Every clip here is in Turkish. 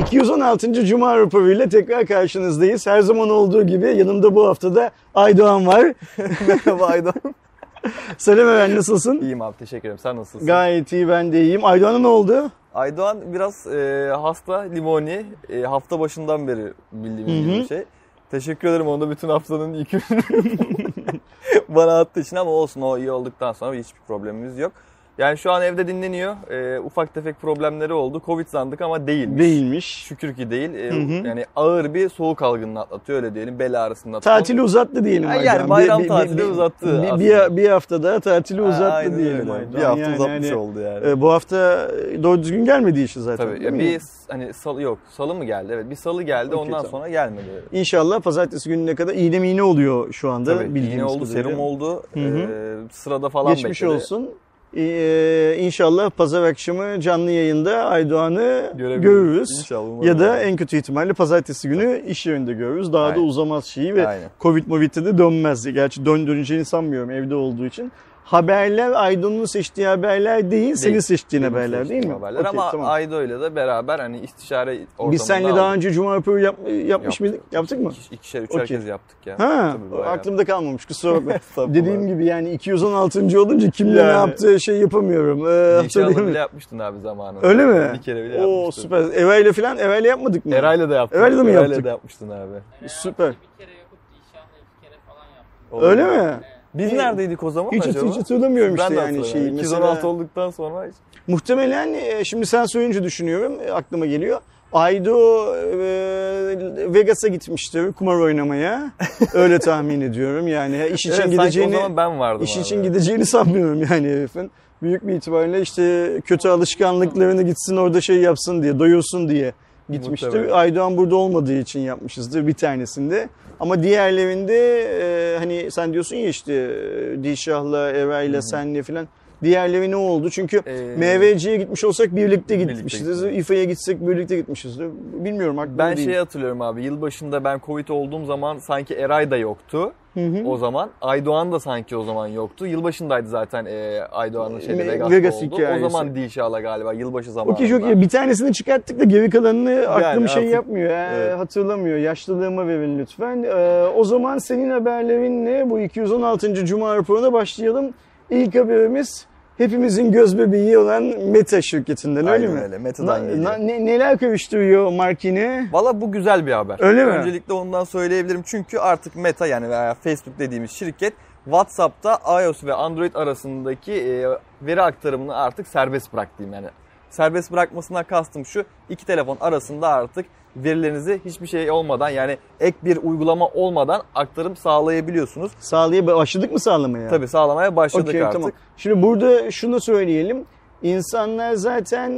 216. Cuma raporuyla tekrar karşınızdayız. Her zaman olduğu gibi yanımda bu hafta da Aydoğan var. Merhaba Aydoğan. Selam Eren, nasılsın? İyiyim abi, teşekkür ederim. Sen nasılsın? Gayet iyi, ben de iyiyim. Aydoğan'a ne oldu? Aydoğan biraz hasta, limoni. Hafta başından beri bildiğimiz bir şey. Teşekkür ederim, onda bütün haftanın yükünü bana attığı için, ama olsun, o iyi olduktan sonra hiçbir problemimiz yok. Yani şu an evde dinleniyor. Ufak tefek problemleri oldu. Covid sandık ama değilmiş. Değilmiş. Şükür ki değil. Yani ağır bir soğuk algınlığı atlatıyor, öyle diyelim. Bel ağrısını atlatıyor. Tatili uzattı diyelim Aydoğan. Yani bayram tatili uzattı bir hafta daha tatili uzattı aynen diyelim öyle. Aydoğan. Bir hafta uzatmış oldu yani. Bu hafta doğru düzgün gelmedi işi zaten. Tabii. Ya bir hani salı mı geldi? Evet, bir salı geldi. Okay, ondan sonra gelmedi. İnşallah pazartesi gününe kadar iğne oluyor şu anda. Tabii. İğne oldu, serum oldu. Sırada falan geçmiş bekledi. olsun. İnşallah pazar akşamı canlı yayında Aydoğan'ı görürüz. İnşallah, ya da en kötü ihtimalle pazartesi günü iş yerinde görürüz. Daha da uzamaz şeyi ve Covid'de de dönmez. Gerçi döndüreceğini sanmıyorum evde olduğu için. Haberler Aydoğan'ın seçtiği haberler değil, senin seçtiğin haberler değil mi? Haberler. Okay, ama tamam. Aydoğan'la da beraber hani istişare ortamında. Biz seninle daha önce Cuma raporu yapmış mıydık? Yaptık mı? İkişer, üçer kez yaptık ya. Ha, aklımda kalmamış, kusura bakma. Dediğim gibi yani 216. olunca kimle ne yaptığı şey yapamıyorum. İnşallah bile yapmıştın abi zamanında. Öyle mi? Bir kere bile yapmıştın. Oo süper. Eva'yla falan, Eva'yla yapmadık mı? Eray'la da yaptık. Eva'yla da mı yaptık? Eray'la da yapmıştın abi. Süper. Bir kere yapıp Dişan'la 2 kere falan yaptım. Öyle mi? Biz neredeydik o zaman hiç acaba? Hiç hatırlamıyorum ben işte yani şeyi. 216 mesela, olduktan sonra hiç. Muhtemelen şimdi sen söyleyince düşünüyorum, aklıma geliyor. Aydo Vegas'a gitmiştir kumar oynamaya. Öyle tahmin ediyorum. Yani iş için gideceğini, o zaman ben vardım iş için gideceğini sanmıyorum yani herifin. Büyük bir ihtimalle işte kötü alışkanlıklarını gitsin orada şey yapsın diye, doyursun diye gitmiştir. Muhtemelen. Aydoğan burada olmadığı için yapmışızdır bir tanesinde. Ama diğerlerinde hani sen diyorsun ya işte Dişah'la, Eray'la, senle falan. Diğerleri ne oldu? Çünkü MVC'ye gitmiş olsak birlikte gitmişiz. İFA'ya gitsek birlikte gitmişizdir. Bilmiyorum, aklıma ben değil. şeyi hatırlıyorum abi. Yılbaşında ben Covid olduğum zaman sanki Eray da yoktu. O zaman. Aydoğan da sanki o zaman yoktu. Yılbaşındaydı zaten Aydoğan'ın Vegas'ta oldu. Hikayesi. O zaman Dişah'la galiba yılbaşı zamanında. Okey, çok iyi. Bir tanesini çıkarttık da geri kalanını aklım şey artık, yapmıyor. Hatırlamıyor. Yaşlılığıma verin lütfen. O zaman senin haberlerin ne? Bu 216. Cuma raporuna başlayalım. İlk haberimiz hepimizin göz bebeği olan Meta şirketinden, öyle mi? Öyle. Meta'dan geliyor. Neler karıştırıyor Markine? Valla bu güzel bir haber. Öyle mi? Öncelikle ondan söyleyebilirim. Çünkü artık Meta, yani veya Facebook dediğimiz şirket WhatsApp'ta iOS ve Android arasındaki veri aktarımını artık serbest bırak diyeyim yani. Serbest bırakmasından kastım şu: iki telefon arasında artık verilerinizi hiçbir şey olmadan, yani ek bir uygulama olmadan aktarım sağlayabiliyorsunuz. Başladık mı sağlamaya? Tabii sağlamaya başladık artık. Tamam. Şimdi burada şunu söyleyelim. İnsanlar zaten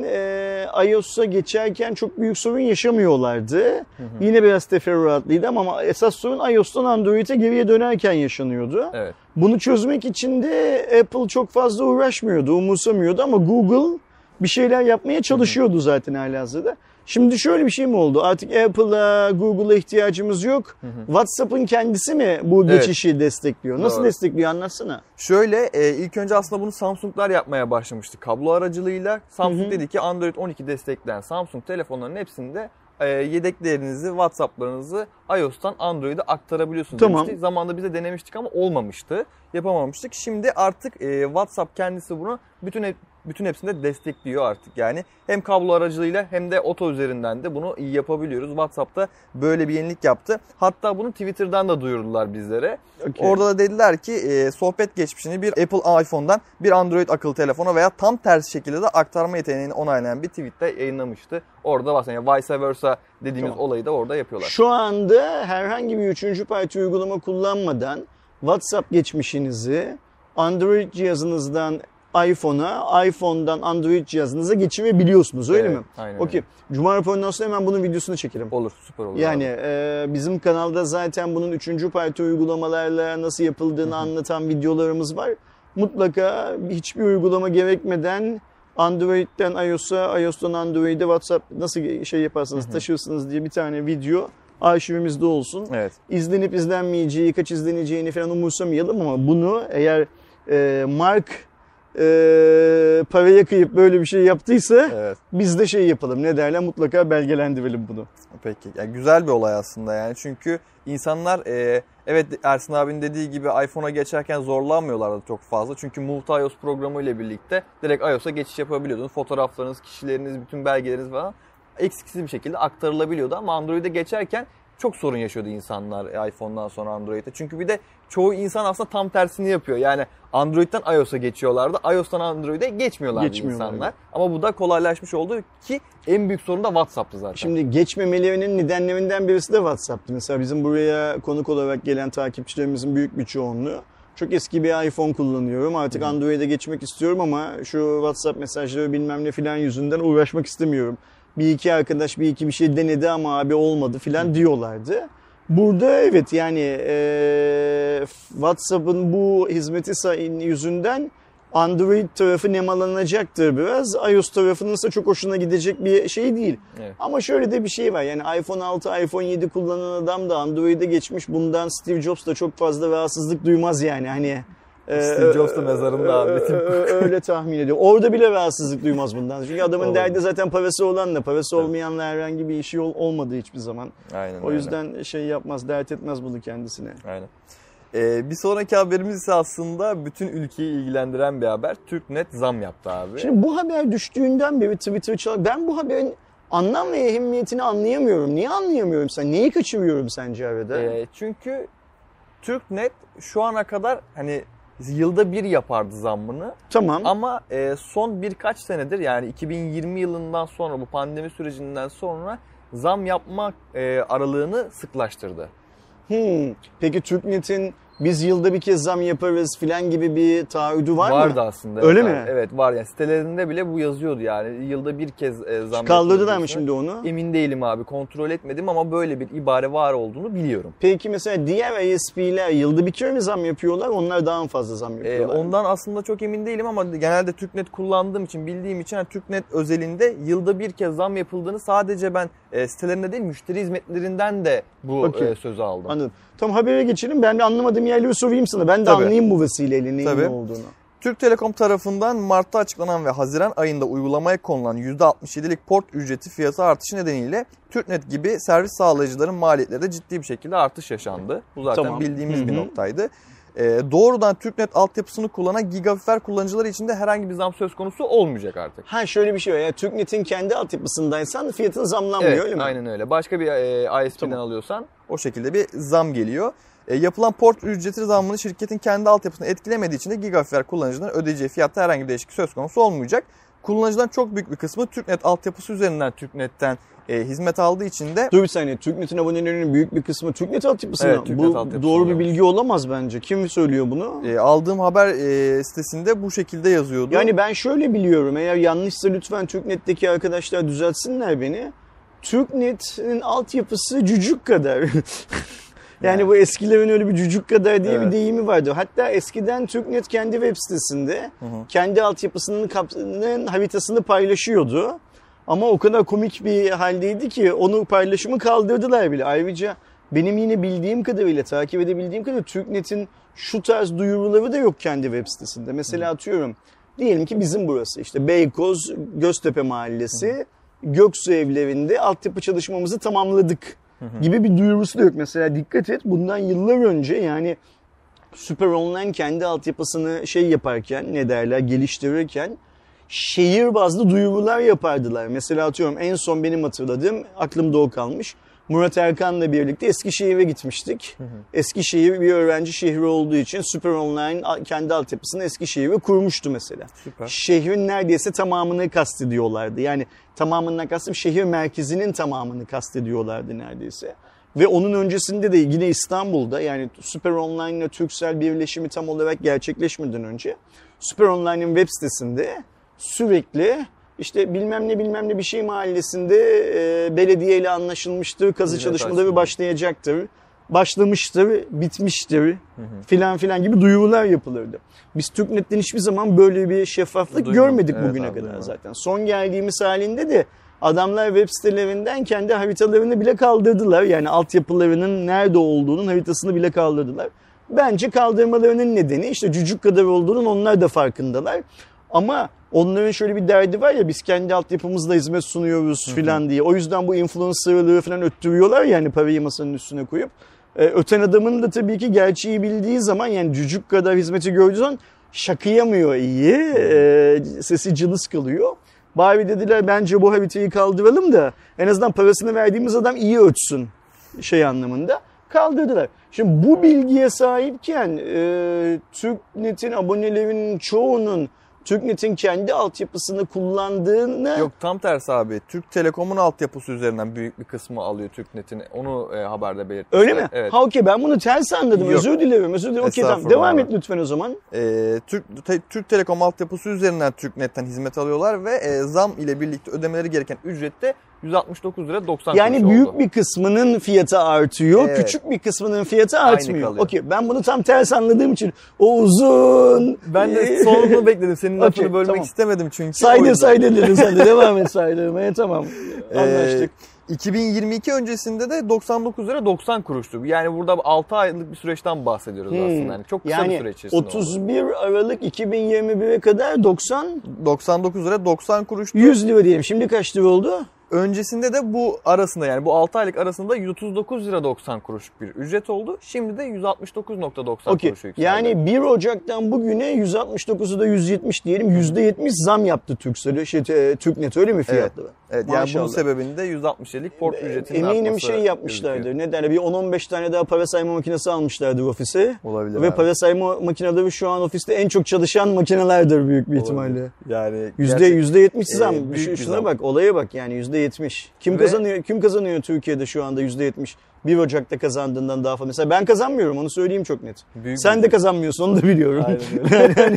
iOS'a geçerken çok büyük sorun yaşamıyorlardı. Yine biraz teferruatlıydı ama esas sorun iOS'tan Android'e geriye dönerken yaşanıyordu. Evet. Bunu çözmek için de Apple çok fazla uğraşmıyordu, umursamıyordu ama Google bir şeyler yapmaya çalışıyordu zaten halihazırda. Şimdi şöyle bir şey mi oldu? Artık Apple'a, Google'a ihtiyacımız yok. WhatsApp'ın kendisi mi bu geçişi destekliyor? Nasıl destekliyor? Anlatsana. Şöyle, ilk önce aslında bunu Samsung'lar yapmaya başlamıştı kablo aracılığıyla. Samsung dedi ki Android 12 destekleyen Samsung telefonların hepsinde yedeklerinizi, WhatsApp'larınızı iOS'tan Android'e aktarabiliyorsunuz demiştik. Zamanında biz de denemiştik ama olmamıştı. Yapamamıştık. Şimdi artık WhatsApp kendisi bunu bütün hepsinde destekliyor artık yani. Hem kablo aracılığıyla hem de oto üzerinden de bunu iyi yapabiliyoruz. WhatsApp'ta böyle bir yenilik yaptı. Hatta bunu Twitter'dan da duyurdular bizlere. Okay. Orada da dediler ki sohbet geçmişini bir Apple iPhone'dan bir Android akıllı telefona veya tam tersi şekilde de aktarma yeteneğini onaylayan bir tweette yayınlamıştı. Orada bahsediyor. Yani vice versa dediğimiz olayı da orada yapıyorlar. Şu anda herhangi bir üçüncü parti uygulama kullanmadan WhatsApp geçmişinizi Android cihazınızdan iPhone'a, iPhone'dan Android cihazınıza geçirebiliyorsunuz, öyle mi? Aynen. Okey. Cuma raporundan sonra hemen bunun videosunu çekelim. Olur, süper olur. Yani bizim kanalda zaten bunun üçüncü parti uygulamalarla nasıl yapıldığını anlatan videolarımız var. Mutlaka hiçbir uygulama gerekmeden Android'den iOS'a, iOS'tan Android'e WhatsApp nasıl şey yaparsanız taşırsınız diye bir tane video arşivimizde olsun. Evet. İzlenip izlenmeyeceği, kaç izleneceğini falan umursamayalım ama bunu eğer Mark paraya kıyıp böyle bir şey yaptıysa Evet. biz de şey yapalım. Ne derler? Mutlaka belgelendirelim bunu. Peki. Yani güzel bir olay aslında yani. Çünkü insanlar evet Ersin abinin dediği gibi iPhone'a geçerken zorlanmıyorlardı çok fazla. Çünkü Multi iOS programı ile birlikte direkt iOS'a geçiş yapabiliyordunuz. Fotoğraflarınız, kişileriniz, bütün belgeleriniz falan eksiksiz bir şekilde aktarılabiliyordu. Ama Android'e geçerken çok sorun yaşıyordu insanlar iPhone'dan sonra Android'e. Çünkü bir de çoğu insan aslında tam tersini yapıyor. Yani Android'den iOS'a geçiyorlardı. iOS'tan Android'e geçmiyorlardı insanlar. Ama bu da kolaylaşmış oldu ki en büyük sorun da WhatsApp'tı zaten. Şimdi geçmemelerinin nedenlerinden birisi de WhatsApp'tı. Mesela bizim buraya konuk olarak gelen takipçilerimizin büyük bir çoğunluğu çok eski bir iPhone kullanıyorum. Artık Android'e geçmek istiyorum ama şu WhatsApp mesajları bilmem ne filan yüzünden uğraşmak istemiyorum. Bir iki arkadaş bir şey denedi ama abi olmadı filan diyorlardı. Burada evet yani WhatsApp'ın bu hizmeti yüzünden Android tarafı nemalanacaktır biraz. iOS tarafının ise çok hoşuna gidecek bir şey değil. Evet. Ama şöyle de bir şey var. Yani iPhone 6, iPhone 7 kullanan adam da Android'e geçmiş. Bundan Steve Jobs da çok fazla rahatsızlık duymaz yani. Hani Steve Jobs da mezarında abi. öyle tahmin ediyorum. Orada bile rahatsızlık duymaz bundan. Çünkü adamın Olur. derdi zaten parası olanla, parası olmayanla herhangi bir işi olmadı hiçbir zaman. Aynen O yüzden şey yapmaz, dert etmez bunu kendisine. Aynen. Bir sonraki haberimiz ise aslında bütün ülkeyi ilgilendiren bir haber. TürkNet zam yaptı abi. Şimdi bu haber düştüğünden beri ben bu haberin anlam ve ehemmiyetini anlayamıyorum. Niye anlayamıyorum sen? Neyi kaçırıyorum sence arada? Çünkü TürkNet şu ana kadar hani yılda bir yapardı zammını. Tamam. Ama son birkaç senedir yani 2020 yılından sonra bu pandemi sürecinden sonra zam yapma aralığını sıklaştırdı. Peki TürkNet'in biz yılda bir kez zam yaparız filan gibi bir taahhüdü var mı? Vardı aslında. Öyle evet, mi? Evet var yani sitelerinde bile bu yazıyordu yani yılda bir kez zam Kaldırdılar mı şimdi onu? Emin değilim abi, kontrol etmedim ama böyle bir ibare var olduğunu biliyorum. Peki mesela diğer ISP'ler yılda bir kere mi zam yapıyorlar? Onlar daha mı fazla zam yapıyorlar? Ondan aslında çok emin değilim ama genelde TürkNet kullandığım için bildiğim için yani TürkNet özelinde yılda bir kez zam yapıldığını sadece ben sitelerinde değil müşteri hizmetlerinden de bu sözü aldım. Anladım. Tamam habere geçelim. Ben bir anlamadığım yerleri sorayım sana. Ben de Tabii. anlayayım bu vesileyle neyin Tabii. ne olduğunu. Türk Telekom tarafından Mart'ta açıklanan ve Haziran ayında uygulamaya konulan %67'lik port ücreti fiyatı artışı nedeniyle TürkNet gibi servis sağlayıcıların maliyetlerinde ciddi bir şekilde artış yaşandı. Bu zaten Tamam. bildiğimiz bir noktaydı. Doğrudan TürkNet altyapısını kullanan gigafiber kullanıcıları için de herhangi bir zam söz konusu olmayacak artık. Şöyle bir şey var. Yani TürkNet'in kendi altyapısındaysan fiyatın zamlanmıyor Evet, öyle mi? aynen öyle. Başka bir ISP'den alıyorsan o şekilde bir zam geliyor. Yapılan port ücreti zammını şirketin kendi altyapısını etkilemediği için de gigafiber kullanıcıların ödeyeceği fiyatta herhangi bir değişiklik söz konusu olmayacak. Kullanıcıların çok büyük bir kısmı TürkNet altyapısı üzerinden TürkNet'ten hizmet aldığı için de... Dur bir saniye. TürkNet'in abonelerinin büyük bir kısmı TürkNet altyapısında. Evet, TürkNet bu altyapısında. doğru bir bilgi olamaz bence. Kim söylüyor bunu? Aldığım haber sitesinde bu şekilde yazıyordu. Yani ben şöyle biliyorum. Eğer yanlışsa lütfen TürkNet'teki arkadaşlar düzeltsinler beni. TürkNet'in altyapısı cücük kadar. Yani bu eskilerin öyle bir cücük kadar diye bir deyimi vardı. Hatta eskiden TürkNet kendi web sitesinde kendi altyapısının haritasını paylaşıyordu. Ama o kadar komik bir haldeydi ki onu paylaşımı kaldırdılar bile. Ayrıca benim yine bildiğim kadarıyla, takip edebildiğim kadarıyla TürkNet'in şu tarz duyuruları da yok kendi web sitesinde. Mesela atıyorum diyelim ki bizim burası işte Beykoz Göztepe Mahallesi Göksu evlerinde altyapı çalışmamızı tamamladık gibi bir duyurusu da yok. Mesela dikkat et bundan yıllar önce yani Süper Online kendi altyapısını yaparken geliştirirken şehir bazlı duyurular yapardılar. Mesela atıyorum en son benim hatırladığım aklımda o kalmış. Murat Erkan'la birlikte Eskişehir'e gitmiştik. Eskişehir bir öğrenci şehri olduğu için Süper Online kendi altyapısını Eskişehir'e kurmuştu mesela. Süper. Şehrin neredeyse tamamını kastediyorlardı. Yani tamamından kastım şehir merkezinin tamamını kastediyorlardı neredeyse. Ve onun öncesinde de yine İstanbul'da yani Süper Online ile Turkcell birleşimi tam olarak gerçekleşmeden önce Süper Online'in web sitesinde sürekli işte bilmem ne bir şey mahallesinde belediyeyle anlaşılmıştır, kazı çalışmaları başlayacaktır, başlamıştır, bitmiştir filan gibi duyurular yapılırdı. Biz TürkNet'ten hiçbir zaman böyle bir şeffaflık görmedik bugüne kadar zaten. Son geldiğimiz halinde de adamlar web sitelerinden kendi haritalarını bile kaldırdılar. Yani altyapılarının nerede olduğunun haritasını bile kaldırdılar. Bence kaldırmalarının nedeni işte cücük kadar olduğunun onlar da farkındalar. Ama onların şöyle bir derdi var ya, biz kendi altyapımızla hizmet sunuyoruz filan diye. O yüzden bu influencerlığı falan öttürüyorlar yani, parayı masanın üstüne koyup. Öten adamın da tabii ki gerçeği bildiği zaman, yani cücük kadar hizmeti gördüğü zaman şakıyamıyor iyi. Sesi cılız kalıyor. Bari dediler bence bu haritayı kaldıralım da en azından parasını verdiğimiz adam iyi ötsün şey anlamında. Kaldırdılar. Şimdi bu bilgiye sahipken TürkNet'in abonelerinin çoğunun TürkNet'in kendi altyapısını kullandığını... Yok, tam tersi abi. Türk Telekom'un altyapısı üzerinden büyük bir kısmı alıyor TürkNet'in. Onu haberde belirtmişler. Öyle mi? Evet. Ha okey, ben bunu ters anladım. Yok. Özür dilerim. Okey tamam. Devam et lütfen o zaman. Türk Telekom altyapısı üzerinden TürkNet'ten hizmet alıyorlar ve zam ile birlikte ödemeleri gereken ücrette 169 lira 90 kuruş oldu. Yani büyük bir kısmının fiyatı artıyor, Evet. küçük bir kısmının fiyatı artmıyor. kalıyor. Okey, ben bunu tam ters anladığım için o uzun... Ben de sonunu bekledim. Senin lafını Okey, bölmek tamam. istemedim çünkü. O yüzden. Saydı dedin sen de. Devam et saydırmaya, tamam. Anlaştık. 2022 öncesinde de 99 lira 90 kuruştu. Yani burada 6 aylık bir süreçten bahsediyoruz aslında. Yani çok kısa bir süre içerisinde 31 Aralık 2021'e kadar 99 lira 90 kuruştu. 100 lira diyelim. Şimdi kaç lira oldu? Öncesinde de bu arasında, yani bu 6 aylık arasında 139 lira 90 kuruşluk bir ücret oldu. Şimdi de 169.90 Okey. kuruşa yükseldi. Yani 1 Ocak'tan bugüne 169'u da 170 diyelim. %70 zam yaptı TürkNet, öyle mi fiyatları? Evet, yani Maşallah. bunun sebebini de 160'lik port ücretinin Eminim artması şey yapmışlardır. gözüküyor. Ne derler? Bir 10-15 tane daha para sayma makinesi almışlardır ofise. Olabilir Ve abi. para sayma makineleri şu an ofiste en çok çalışan makinelerdir büyük bir ihtimalle. Yani %70 zam. büyük bir Şuna zam. bak, olaya bak yani %70. Kim kazanıyor Türkiye'de şu anda %70? 1 Ocak'ta kazandığından daha fazla. Mesela ben kazanmıyorum, onu söyleyeyim çok net. Büyük Sen bir de kazanmıyorsun, onu da biliyorum. Aynen öyle.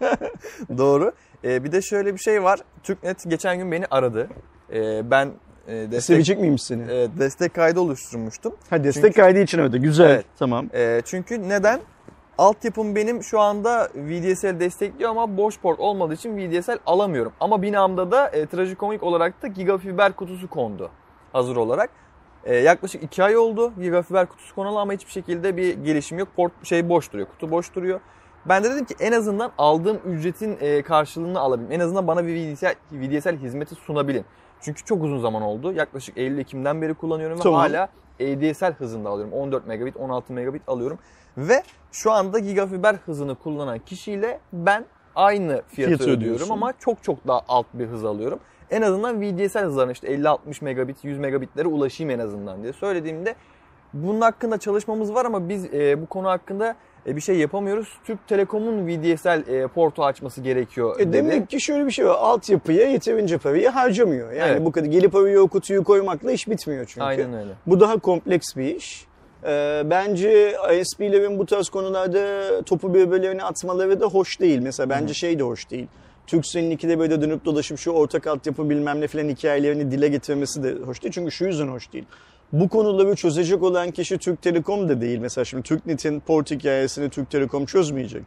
Doğru. Bir de şöyle bir şey var. TürkNet geçen gün beni aradı. Ben Sevecek miymiş seni? destek kaydı oluşturmuştum. Ha, destek kaydı için öyle. Güzel. Evet. Tamam. Çünkü neden? Altyapım benim şu anda VDSL destekliyor ama boş port olmadığı için VDSL alamıyorum. Ama binamda da trajikomik olarak da gigafiber kutusu kondu hazır olarak. Yaklaşık 2 ay oldu gigafiber kutusu konalı ama hiçbir şekilde bir gelişim yok. Port boş duruyor, kutu boş duruyor. Ben de dedim ki en azından aldığım ücretin karşılığını alabileyim. En azından bana bir VDSL hizmeti sunabilin. Çünkü çok uzun zaman oldu. Yaklaşık Eylül-Ekim'den beri kullanıyorum ve hala ADSL hızında alıyorum. 14 megabit, 16 megabit alıyorum. Ve şu anda gigafiber hızını kullanan kişiyle ben aynı fiyatı ödüyorum ama çok daha alt bir hız alıyorum. En azından VDSL hızlarına işte 50-60 megabit, 100 megabitlere ulaşayım en azından diye söylediğimde bunun hakkında çalışmamız var ama biz bu konu hakkında bir şey yapamıyoruz. Türk Telekom'un VDSL portu açması gerekiyor dedi. Demek ki şöyle bir şey var. Altyapıya yeterince parayı harcamıyor. Yani Evet. bu kadar gelip oraya o kutuyu koymakla iş bitmiyor çünkü. Aynen öyle. Bu daha kompleks bir iş. Bence ISP'lerin bu tarz konularda topu birbirlerine atmaları da hoş değil. Mesela bence şey de hoş değil. Turkcell'in ikide böyle dönüp dolaşıp şu ortak altyapı bilmem ne filan hikayelerini dile getirmesi de hoş değil. Çünkü şu yüzden hoş değil. Bu konuları çözecek olan kişi Türk Telekom da değil. Mesela şimdi TürkNet'in port hikayesini Türk Telekom çözmeyecek.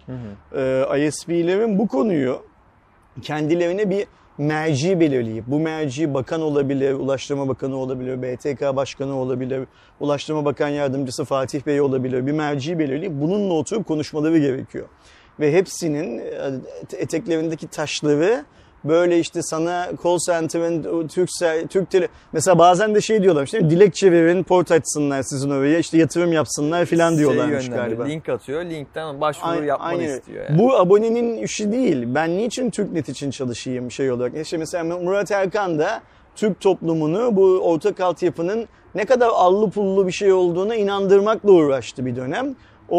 ISP'lerin bu konuyu kendilerine bir merci belirleyip, bu merci bakan olabilir, Ulaştırma Bakanı olabilir, BTK Başkanı olabilir, Ulaştırma Bakan Yardımcısı Fatih Bey olabilir, bir merci belirleyip bununla oturup konuşmaları gerekiyor. Ve hepsinin eteklerindeki taşları böyle işte sana call center'ın Türk Tele... Mesela bazen de şey diyorlar işte dilekçe verin, port açsınlar sizin oraya, işte yatırım yapsınlar filan diyorlarmış galiba. Link atıyor, linkten başvuru yapmanı istiyor. Yani. Bu abonenin işi değil. Ben niçin TürkNet için çalışayım şey olarak? İşte mesela Murat Erkan da Türk toplumunu bu ortak altyapının ne kadar allı pullu bir şey olduğuna inandırmakla uğraştı bir dönem.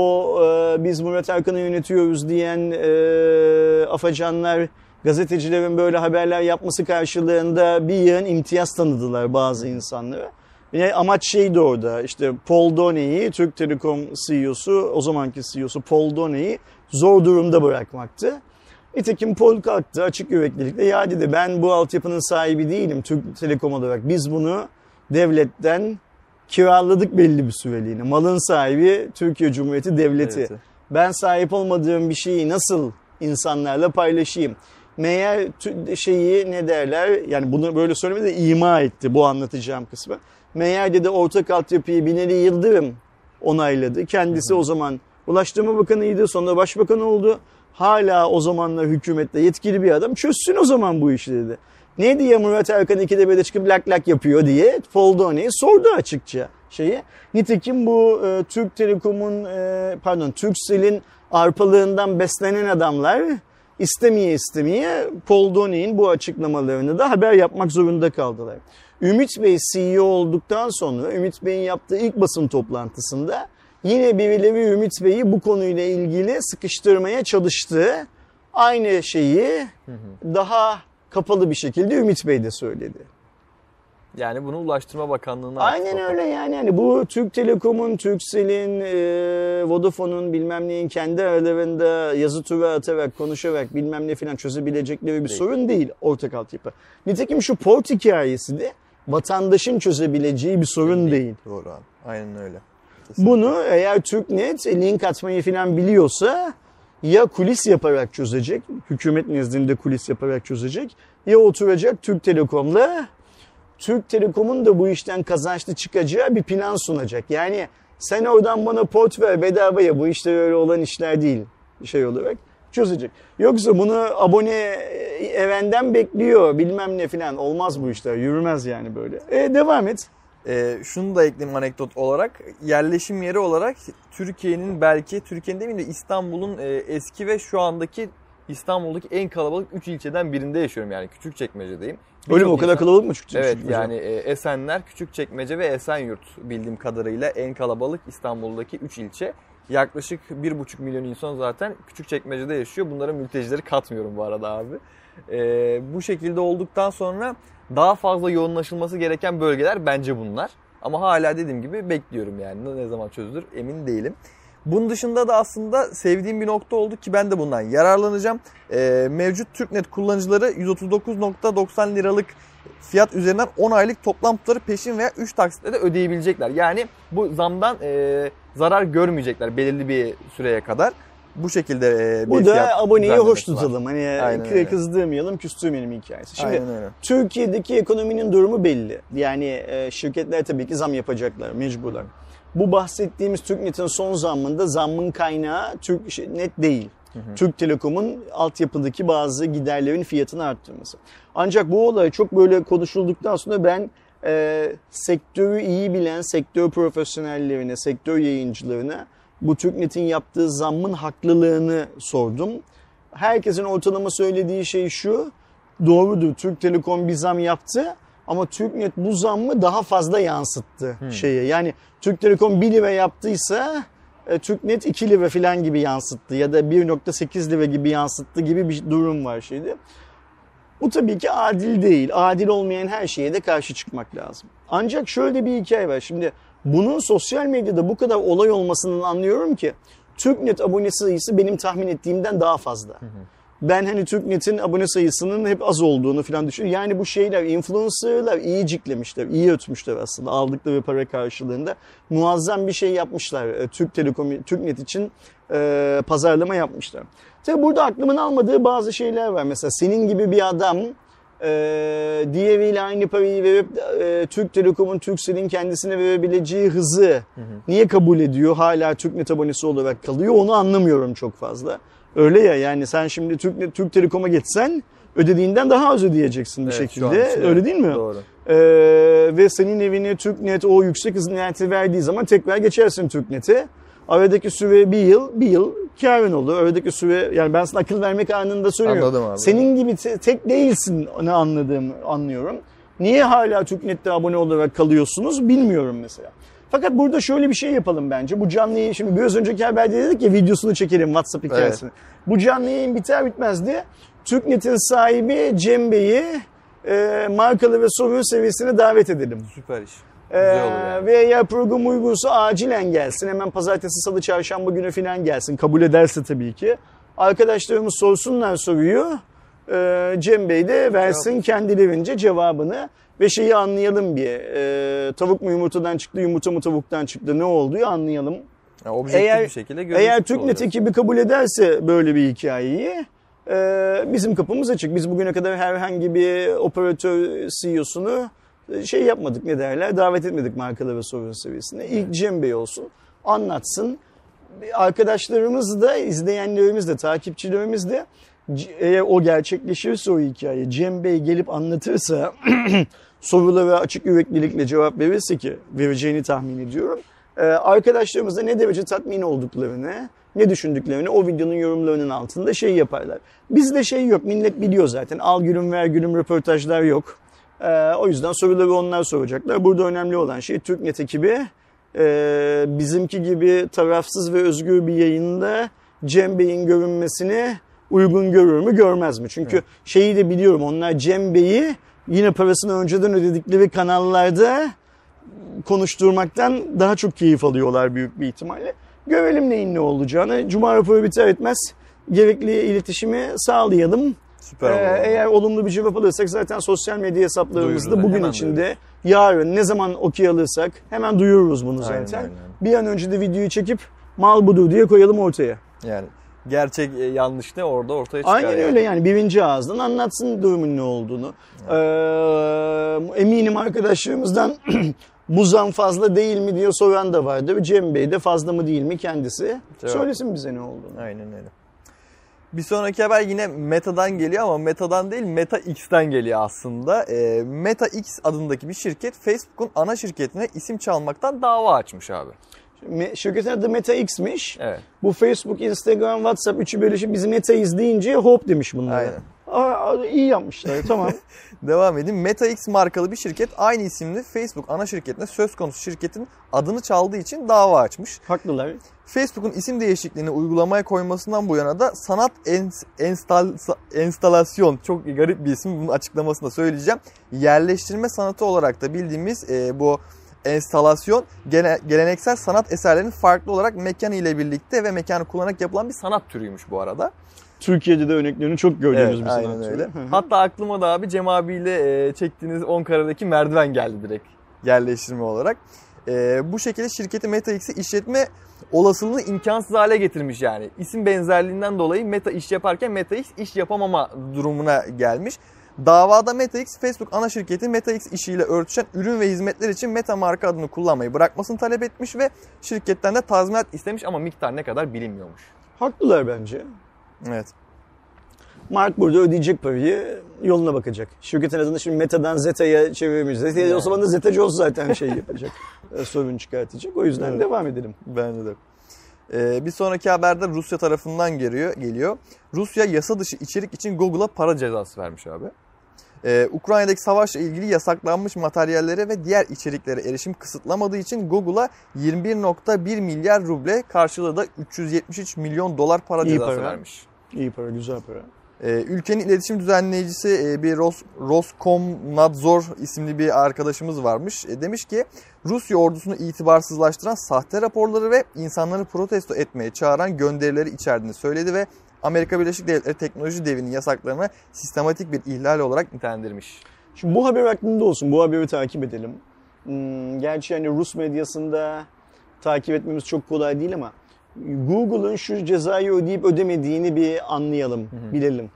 Biz Murat Erkan'ı yönetiyoruz diyen afacanlar, gazetecilerin böyle haberler yapması karşılığında bir yığın imtiyaz tanıdılar bazı insanlara. Yine amaç şeydi orada, işte Paul Donne'yi, Türk Telekom CEO'su, o zamanki CEO'su Paul Donne'yi zor durumda bırakmaktı. Nitekim Paul kalktı açık yüreklilikle, ya dedi ben bu altyapının sahibi değilim Türk Telekom olarak. Biz bunu devletten kiraladık belli bir süreliğine. Malın sahibi Türkiye Cumhuriyeti Devleti. Evet. Ben sahip olmadığım bir şeyi nasıl insanlarla paylaşayım? Meğer şeyi ne derler, yani bunu böyle söylemedi de ima etti bu anlatacağım kısmı. Meğer dedi ortak altyapıyı Binali Yıldırım onayladı. Kendisi o zaman Ulaştırma Bakanı'ydı, sonra Başbakan oldu. Hala o zamanlar hükümette yetkili bir adam. Çözsün o zaman bu işi dedi. Neydi ya Murat Erkan ikide böyle çıkıp lak lak yapıyor diye Foldone'ye sordu açıkça şeyi. Nitekim bu Türk Telekom'un Turkcell'in arpalığından beslenen adamlar istemeye Foldone'nin bu açıklamalarını da haber yapmak zorunda kaldılar. Ümit Bey CEO olduktan sonra Ümit Bey'in yaptığı ilk basın toplantısında yine birileri Ümit Bey'i bu konuyla ilgili sıkıştırmaya çalıştı. Aynı şeyi daha kapalı bir şekilde Ümit Bey de söyledi. Yani bunu Ulaştırma Bakanlığı'na... Aynen öyle yani. Hani bu Türk Telekom'un, Turkcell'in, Vodafone'un bilmem neyin kendi aralarında yazı tura atarak, konuşarak bilmem ne falan çözebilecekleri bir sorun değil ortak altyapı. Nitekim şu port hikayesi de vatandaşın çözebileceği bir sorun değil. Doğru abi. Aynen öyle. Kesinlikle. Bunu eğer TürkNet link atmayı falan biliyorsa ya kulis yaparak çözecek, hükümet nezdinde kulis yaparak çözecek ya oturacak Türk Telekom'la Türk Telekom'un da bu işten kazançlı çıkacağı bir plan sunacak. Yani sen oradan bana port ver bedavaya, bu işte öyle olan işler değil şey olarak çözecek. Yoksa bunu abone evenden bekliyor bilmem ne falan, olmaz bu işler, yürümez yani böyle. Devam et. Şunu da ekleyeyim anekdot olarak. Yerleşim yeri olarak Türkiye'nin demeyeyim de İstanbul'un eski ve şu andaki İstanbul'daki en kalabalık 3 ilçeden birinde yaşıyorum, yani Küçükçekmece'deyim. Öyle mi? O kadar kalabalık mı Küçükçekmece? Evet yani Esenler, Küçükçekmece ve Esenyurt bildiğim kadarıyla en kalabalık İstanbul'daki 3 ilçe. Yaklaşık 1,5 milyon insan zaten Küçükçekmece'de yaşıyor. Bunlara mültecileri katmıyorum bu arada abi. Bu şekilde olduktan sonra daha fazla yoğunlaşılması gereken bölgeler bence bunlar. Ama hala dediğim gibi bekliyorum yani. Ne zaman çözülür emin değilim. Bunun dışında da aslında sevdiğim bir nokta oldu ki ben de bundan yararlanacağım. Mevcut TürkNet kullanıcıları 139.90 liralık fiyat üzerinden 10 aylık toplam tutarı peşin veya 3 taksitle de ödeyebilecekler. Yani bu zamdan zarar görmeyecekler belirli bir süreye kadar. Bu şekilde bir bu da aboneyi hoş tutalım. Hani kızdırmayalım, küstürmeyelim hikayesi. Şimdi Türkiye'deki ekonominin durumu belli. Yani şirketler tabii ki zam yapacaklar, mecburlar. Bu bahsettiğimiz TürkNet'in son zammında zammın kaynağı TürkNet değil. Türk Telekom'un altyapıdaki bazı giderlerin fiyatını arttırması. Ancak bu olay çok böyle konuşulduktan sonra ben sektörü iyi bilen sektör profesyonellerine, sektör yayıncılarına bu TürkNet'in yaptığı zammın haklılığını sordum. Herkesin ortalama söylediği şey şu: doğrudur, Türk Telekom bir zam yaptı ama TürkNet bu zammı daha fazla yansıttı şeye. Yani Türk Telekom 1 lira yaptıysa TürkNet 2 lira falan gibi yansıttı ya da 1,8 lira gibi yansıttı gibi bir durum var şeyde. Bu tabii ki adil değil. Adil olmayan her şeye de karşı çıkmak lazım. Ancak şöyle bir hikaye var. Şimdi bunun sosyal medyada bu kadar olay olmasından anlıyorum ki TürkNet abone sayısı benim tahmin ettiğimden daha fazla. Ben hani TürkNet'in abone sayısının hep az olduğunu falan düşünüyorum. Yani bu şeyler, influencerlar iyi ciklemişler, iyi ötmüşler aslında aldıkları para karşılığında. Muazzam bir şey yapmışlar. TürkNet için pazarlama yapmışlar. Tabii burada aklımın almadığı bazı şeyler var. Mesela senin gibi bir adam diğeriyle aynı parayı verip Türk Telekom'un, Turkcell'in kendisine verebileceği hızı niye kabul ediyor? Hala TürkNet abonesi olarak kalıyor. Onu anlamıyorum çok fazla. Öyle ya, yani sen şimdi Türk Telekom'a geçsen ödediğinden daha az ödeyeceksin bir şekilde. Öyle değil mi? Doğru. Ve senin evine TürkNet o yüksek hız interneti verdiği zaman tekrar geçersin TürkNet'e. Aradaki süre bir yıl kârın olur. Aradaki süre, yani ben sana akıl vermek anında söylüyorum. Anladım abi. Senin gibi tek değilsin, ne anlıyorum. Niye hala TürkNet'te abone olarak kalıyorsunuz bilmiyorum mesela. Fakat burada şöyle bir şey yapalım bence. Bu canlı yayın, şimdi biraz önceki haberde dedik ya, videosunu çekelim WhatsApp hikayesini. Evet. Bu canlı yayın biter bitmez de TürkNet'in sahibi Cem Bey'i markalı ve sorun seviyesine davet edelim. Süper iş. Güzel olur yani. Ve eğer program uygunsa acilen gelsin. Hemen pazartesi, salı, çarşamba günü falan gelsin. Kabul ederse tabii ki. Arkadaşlarımız sorsunlar soruyu. Cem Bey de versin kendilerince cevabını. Ve şeyi anlayalım bir. Tavuk mu yumurtadan çıktı, yumurta mı tavuktan çıktı, ne olduğu anlayalım. Yani objektif bir şekilde görüşmüş eğer TürkNet ekibi kabul ederse böyle bir hikayeyi, bizim kapımız açık. Biz bugüne kadar herhangi bir operatör CEO'sunu davet etmedik markalı ve sorun seviyesine. İlk Cem Bey olsun, anlatsın. arkadaşlarımız da, izleyenlerimiz de, takipçilerimiz de eğer o gerçekleşirse o hikaye, Cem Bey gelip anlatırsa sorulara açık yüreklilikle cevap verirse ki vereceğini tahmin ediyorum. Arkadaşlarımız da ne derece tatmin olduklarını, ne düşündüklerini o videonun yorumlarının altında yaparlar. Bizde yok, millet biliyor zaten. Al gülüm ver gülüm röportajlar yok. O yüzden soruları onlar soracaklar. Burada önemli olan şey TürkNet ekibi bizimki gibi tarafsız ve özgür bir yayında Cem Bey'in görünmesini uygun görür mü görmez mi? Çünkü şeyi de biliyorum, onlar Cem Bey'i yine parasını önceden ödedikleri kanallarda konuşturmaktan daha çok keyif alıyorlar büyük bir ihtimalle. Görelim neyin ne olacağını. Cuma raporu biter etmez gerekli iletişimi sağlayalım. Süper olur. Eğer olumlu bir cevap alırsak zaten sosyal medya hesaplarımızda Duyururuz. bugün Hemen içinde, duyururuz. yarın ne zaman okey alırsak hemen duyururuz bunu Aynen, zaten. aynen. Bir an önce de videoyu çekip mal budur diye koyalım ortaya. Yani gerçek yanlış ne orada ortaya çıkar. Aynen öyle yani birinci ağızdan anlatsın durumun ne olduğunu. Eminim arkadaşlarımızdan bu zam fazla değil mi diye soran da vardır. Cem Bey de fazla mı değil mi kendisi söylesin bize ne olduğunu. Aynen öyle. Bir sonraki haber yine Meta'dan geliyor ama Meta'dan değil Meta X'ten geliyor aslında. Meta X adındaki bir şirket Facebook'un ana şirketine isim çalmaktan dava açmış abi. Şirketin adı Meta X'miş. Evet. Bu Facebook, Instagram, WhatsApp üçü birleşip bizi Meta'yız deyince hop demiş bunlara. Aynen. İyi yapmışlar tamam. Devam edeyim. Meta X markalı bir şirket aynı isimli Facebook ana şirketine söz konusu şirketin adını çaldığı için dava açmış. Haklılar. Facebook'un isim değişikliğini uygulamaya koymasından bu yana da sanat enstalasyon, çok garip bir isim, bunun açıklamasını da söyleyeceğim. Yerleştirme sanatı olarak da bildiğimiz bu enstalasyon geleneksel sanat eserlerinin farklı olarak mekanı ile birlikte ve mekanı kullanarak yapılan bir sanat türüymüş bu arada. Türkiye'de de örneklerini çok gördüğümüz bir aynen sanat öyle. türü. Hatta aklıma da abi Cem abiyle çektiğiniz 10 karedeki merdiven geldi direkt yerleştirme olarak. Bu şekilde şirketi Meta X'i işletme olasılığını imkansız hale getirmiş yani. İsim benzerliğinden dolayı Meta iş yaparken Meta X iş yapamama durumuna gelmiş. Davada Meta X, Facebook ana şirketi Meta X işiyle örtüşen ürün ve hizmetler için Meta marka adını kullanmayı bırakmasını talep etmiş ve şirketten de tazminat istemiş ama miktar ne kadar bilinmiyormuş. Haklılar bence. Evet. Mark burada ödeyecek parayı yoluna bakacak. Şirketin adını şimdi Meta'dan Zeta'ya çevirmiş. O zaman da Zeta Jones zaten yapacak. Sorun çıkartacak. O yüzden devam edelim. Bence de. Bir sonraki haberde Rusya tarafından geliyor. Rusya yasa dışı içerik için Google'a para cezası vermiş abi. Ukrayna'daki savaşla ilgili yasaklanmış materyallere ve diğer içeriklere erişim kısıtlamadığı için Google'a 21.1 milyar ruble karşılığı da 373 milyon dolar para cezası vermiş. İyi para, güzel para. Ülkenin iletişim düzenleyicisi bir Roskomnadzor isimli bir arkadaşımız varmış. Demiş ki Rusya ordusunu itibarsızlaştıran sahte raporları ve insanları protesto etmeye çağıran gönderileri içerdiğini söyledi ve Amerika Birleşik Devletleri teknoloji devinin yasaklarına sistematik bir ihlal olarak nitelendirmiş. Şimdi bu haber aklında olsun. Bu haberi takip edelim. Gerçi hani Rus medyasında takip etmemiz çok kolay değil ama Google'ın şu cezayı ödeyip ödemediğini bir anlayalım, bilelim.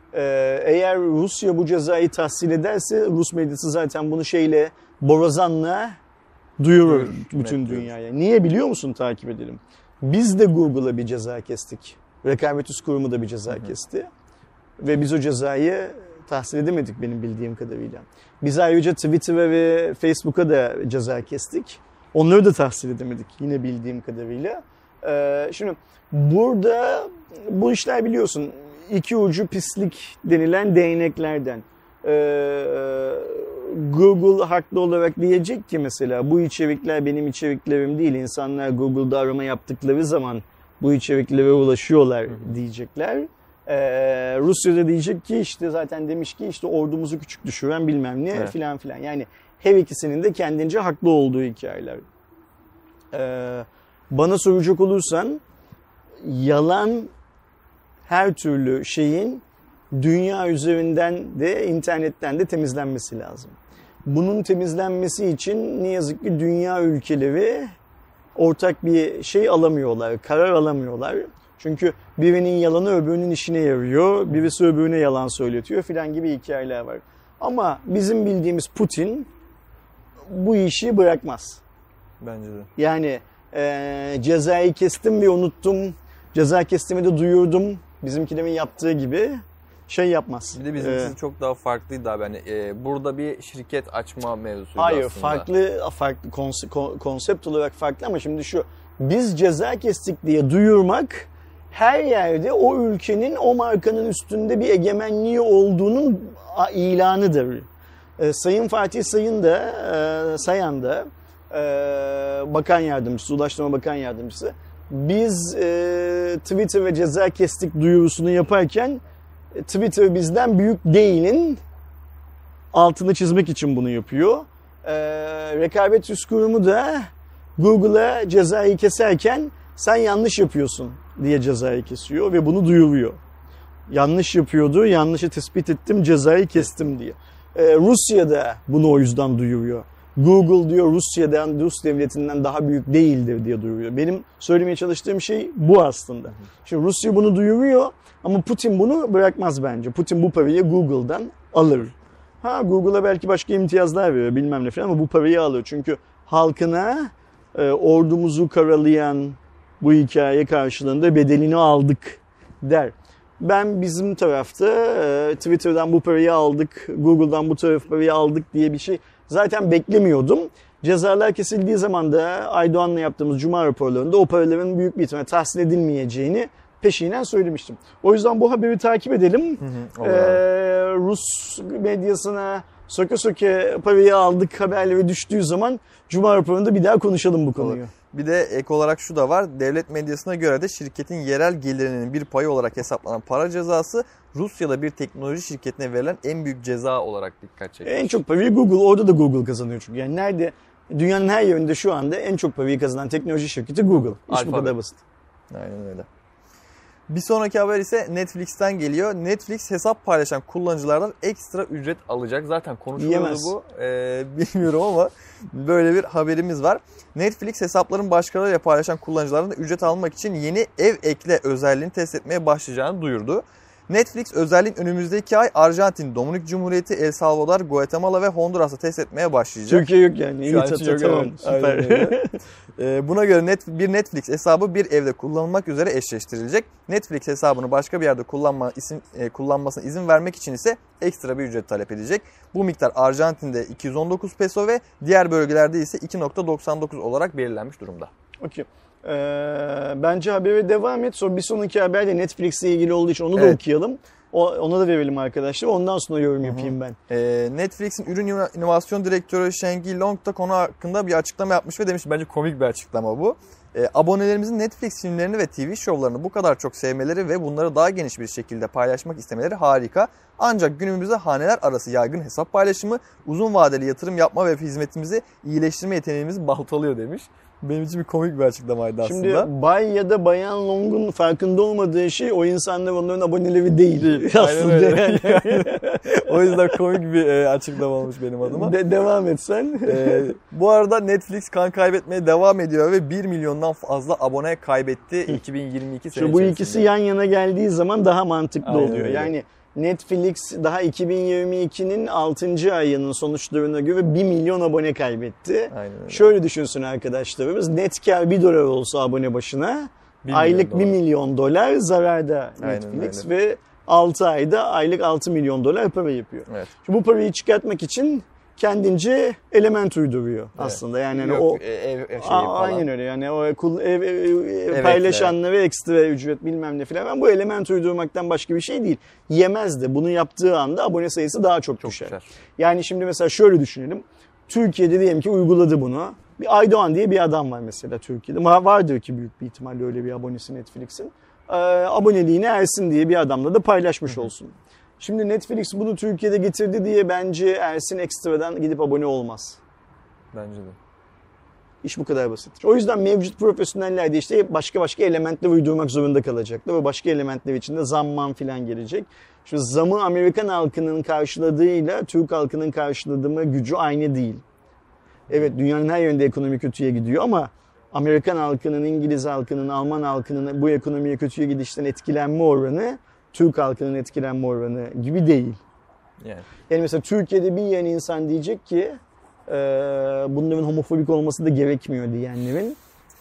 Eğer Rusya bu cezayı tahsil ederse Rus medyası zaten bunu borazanla duyurur bütün dünyaya. Niye biliyor musun takip edelim? Biz de Google'a bir ceza kestik. Rekabet Kurumu da bir ceza kesti. Ve biz o cezayı tahsil edemedik benim bildiğim kadarıyla. Biz ayrıca Twitter'a ve Facebook'a da ceza kestik. Onları da tahsil edemedik yine bildiğim kadarıyla. Şimdi burada bu işler biliyorsun iki ucu pislik denilen değneklerden. Google haklı olarak diyecek ki mesela bu içerikler benim içeriklerim değil. İnsanlar Google'da arama yaptıkları zaman bu içeriklere ulaşıyorlar diyecekler. Rusya'da diyecek ki işte zaten demiş ki işte ordumuzu küçük düşüren bilmem ne filan filan. Yani her ikisinin de kendince haklı olduğu hikayeler. Bana soracak olursan yalan her türlü şeyin dünya üzerinden de internetten de temizlenmesi lazım. Bunun temizlenmesi için ne yazık ki dünya ülkeleri ortak bir alamıyorlar, karar alamıyorlar. Çünkü birinin yalanı öbürünün işine yarıyor, birisi öbürüne yalan söyletiyor filan gibi hikayeler var. Ama bizim bildiğimiz Putin bu işi bırakmaz. Bence de. Yani Cezayı kestim ve unuttum. Ceza kestiğimi de duyurdum. Bizimkilerin yaptığı gibi şey yapmaz. Bir de bizimkisi çok daha farklıydı abi. Hani, burada bir şirket açma mevzusuydu Hayır, aslında. farklı konsept olarak farklı ama şimdi şu, biz ceza kestik diye duyurmak her yerde o ülkenin, o markanın üstünde bir egemenliği olduğunun ilanıdır. Sayın Fatih Sayan da bakan yardımcısı, Ulaştırma Bakan Yardımcısı, biz Twitter ve ceza kestik duyurusunu yaparken Twitter bizden büyük değilin altını çizmek için bunu yapıyor. Rekabet Üst Kurumu da Google'a cezayı keserken sen yanlış yapıyorsun diye cezayı kesiyor ve bunu duyuruyor. Yanlış yapıyordu, yanlışı tespit ettim, cezayı kestim diye. Rusya da bunu o yüzden duyuruyor. Google diyor Rusya'dan, Rus devletinden daha büyük değildir diye duyuruyor. Benim söylemeye çalıştığım şey bu aslında. Şimdi Rusya bunu duyuruyor ama Putin bunu bırakmaz bence. Putin bu parayı Google'dan alır. Google'a belki başka imtiyazlar veriyor bilmem ne falan ama bu parayı alır. Çünkü halkına ordumuzu karalayan bu hikaye karşılığında bedelini aldık der. Ben bizim tarafta Twitter'dan bu parayı aldık, Google'dan bu parayı aldık diye bir şey zaten beklemiyordum. Cezalar kesildiği zaman da Aydoğan'la yaptığımız Cuma raporlarında o paraların büyük bir ihtimalle tahsil edilmeyeceğini peşinen söylemiştim. O yüzden bu haberi takip edelim. Rus medyasına söke parayı aldık haberleri düştüğü zaman Cuma raporunda bir daha konuşalım bu konuyu. Olur. Bir de ek olarak şu da var. Devlet medyasına göre de şirketin yerel gelirinin bir payı olarak hesaplanan para cezası Rusya'da bir teknoloji şirketine verilen en büyük ceza olarak dikkat çekiyor. En çok parayı Google, orada da Google kazanıyor çünkü. Yani nerede, dünyanın her yerinde şu anda en çok parayı kazanan teknoloji şirketi Google. İş bu kadar basit. Aynen öyle. Bir sonraki haber ise Netflix'ten geliyor. Netflix hesap paylaşan kullanıcılardan ekstra ücret alacak. Zaten konuşuluyordu bu. Bilmiyorum ama böyle bir haberimiz var. Netflix hesapların başkalarıyla paylaşan kullanıcılardan da ücret almak için yeni ev ekle özelliğini test etmeye başlayacağını duyurdu. Netflix özelliğin önümüzdeki ay Arjantin, Dominik Cumhuriyeti, El Salvador, Guatemala ve Honduras'ta test etmeye başlayacak. Türkiye yok yani. Şu an için yok. Tamam, süper. Buna göre bir Netflix hesabı bir evde kullanılmak üzere eşleştirilecek. Netflix hesabını başka bir yerde kullanmasına izin vermek için ise ekstra bir ücret talep edecek. Bu miktar Arjantin'de 219 peso ve diğer bölgelerde ise 2.99 olarak belirlenmiş durumda. Okey. Bence habere devam et. Sonra bir sonraki haber de Netflix'le ilgili olduğu için onu da okuyalım. Ona da verelim arkadaşlar. Ondan sonra yorum yapayım ben. Netflix'in ürün inovasyon direktörü Shengi Long da konu hakkında bir açıklama yapmış ve demiş bence komik bir açıklama bu. Abonelerimizin Netflix filmlerini ve TV şovlarını bu kadar çok sevmeleri ve bunları daha geniş bir şekilde paylaşmak istemeleri harika. Ancak günümüzde haneler arası yaygın hesap paylaşımı uzun vadeli yatırım yapma ve hizmetimizi iyileştirme yeteneğimizi baltalıyor demiş. Benim için bir komik bir açıklamaydı aslında. Şimdi Bay ya da Bayan Long'un farkında olmadığı şey o insanlar onların aboneleri değil. Aslında öyle. O yüzden komik bir açıklama olmuş benim adıma. Devam et sen. Bu arada Netflix kan kaybetmeye devam ediyor ve 1 milyondan fazla abone kaybetti 2022 sene Bu ikisi yan yana geldiği zaman daha mantıklı oluyor. Öyle. Yani Netflix daha 2022'nin 6. ayının sonuçlarına göre 1 milyon abone kaybetti. Aynen öyle. Şöyle düşünsün arkadaşlarımız. Net kar $1 olsa abone başına aylık $1 milyon zararda Netflix ve 6 ayda aylık $6 milyon para yapıyor. Evet. Şimdi bu parayı çıkartmak için kendince element uyduruyor aslında. Yani ev falan. Aynen öyle. Yani o ev paylaşanlara ekstra ücret bilmem ne falan. Bu element uydurmaktan başka bir şey değil. Yemez de bunu yaptığı anda abone sayısı daha çok düşer. Yani şimdi mesela şöyle düşünelim. Türkiye'de diyelim ki uyguladı bunu. Bir Aydoğan diye bir adam var mesela Türkiye'de. Vardır ki büyük bir ihtimalle öyle bir abonesi Netflix'in. Aboneliğini Ersin diye bir adamla da paylaşmış olsun. Şimdi Netflix bunu Türkiye'de getirdi diye bence Ersin ekstradan gidip abone olmaz. Bence de. İş bu kadar basit. O yüzden mevcut profesyoneller de işte başka elementler uydurmak zorunda kalacaklar. Ve başka elementler içinde zamman filan gelecek. Şimdi zamı Amerikan halkının karşıladığıyla Türk halkının karşıladığı gücü aynı değil. Evet, dünyanın her yönde ekonomi kötüye gidiyor ama Amerikan halkının, İngiliz halkının, Alman halkının bu ekonomiye kötüye gidişten etkilenme oranı Türk halkının etkilenme oranı gibi değil. Yani mesela Türkiye'de bir yeni insan diyecek ki bunların homofobik olması da gerekmiyor diyenlerin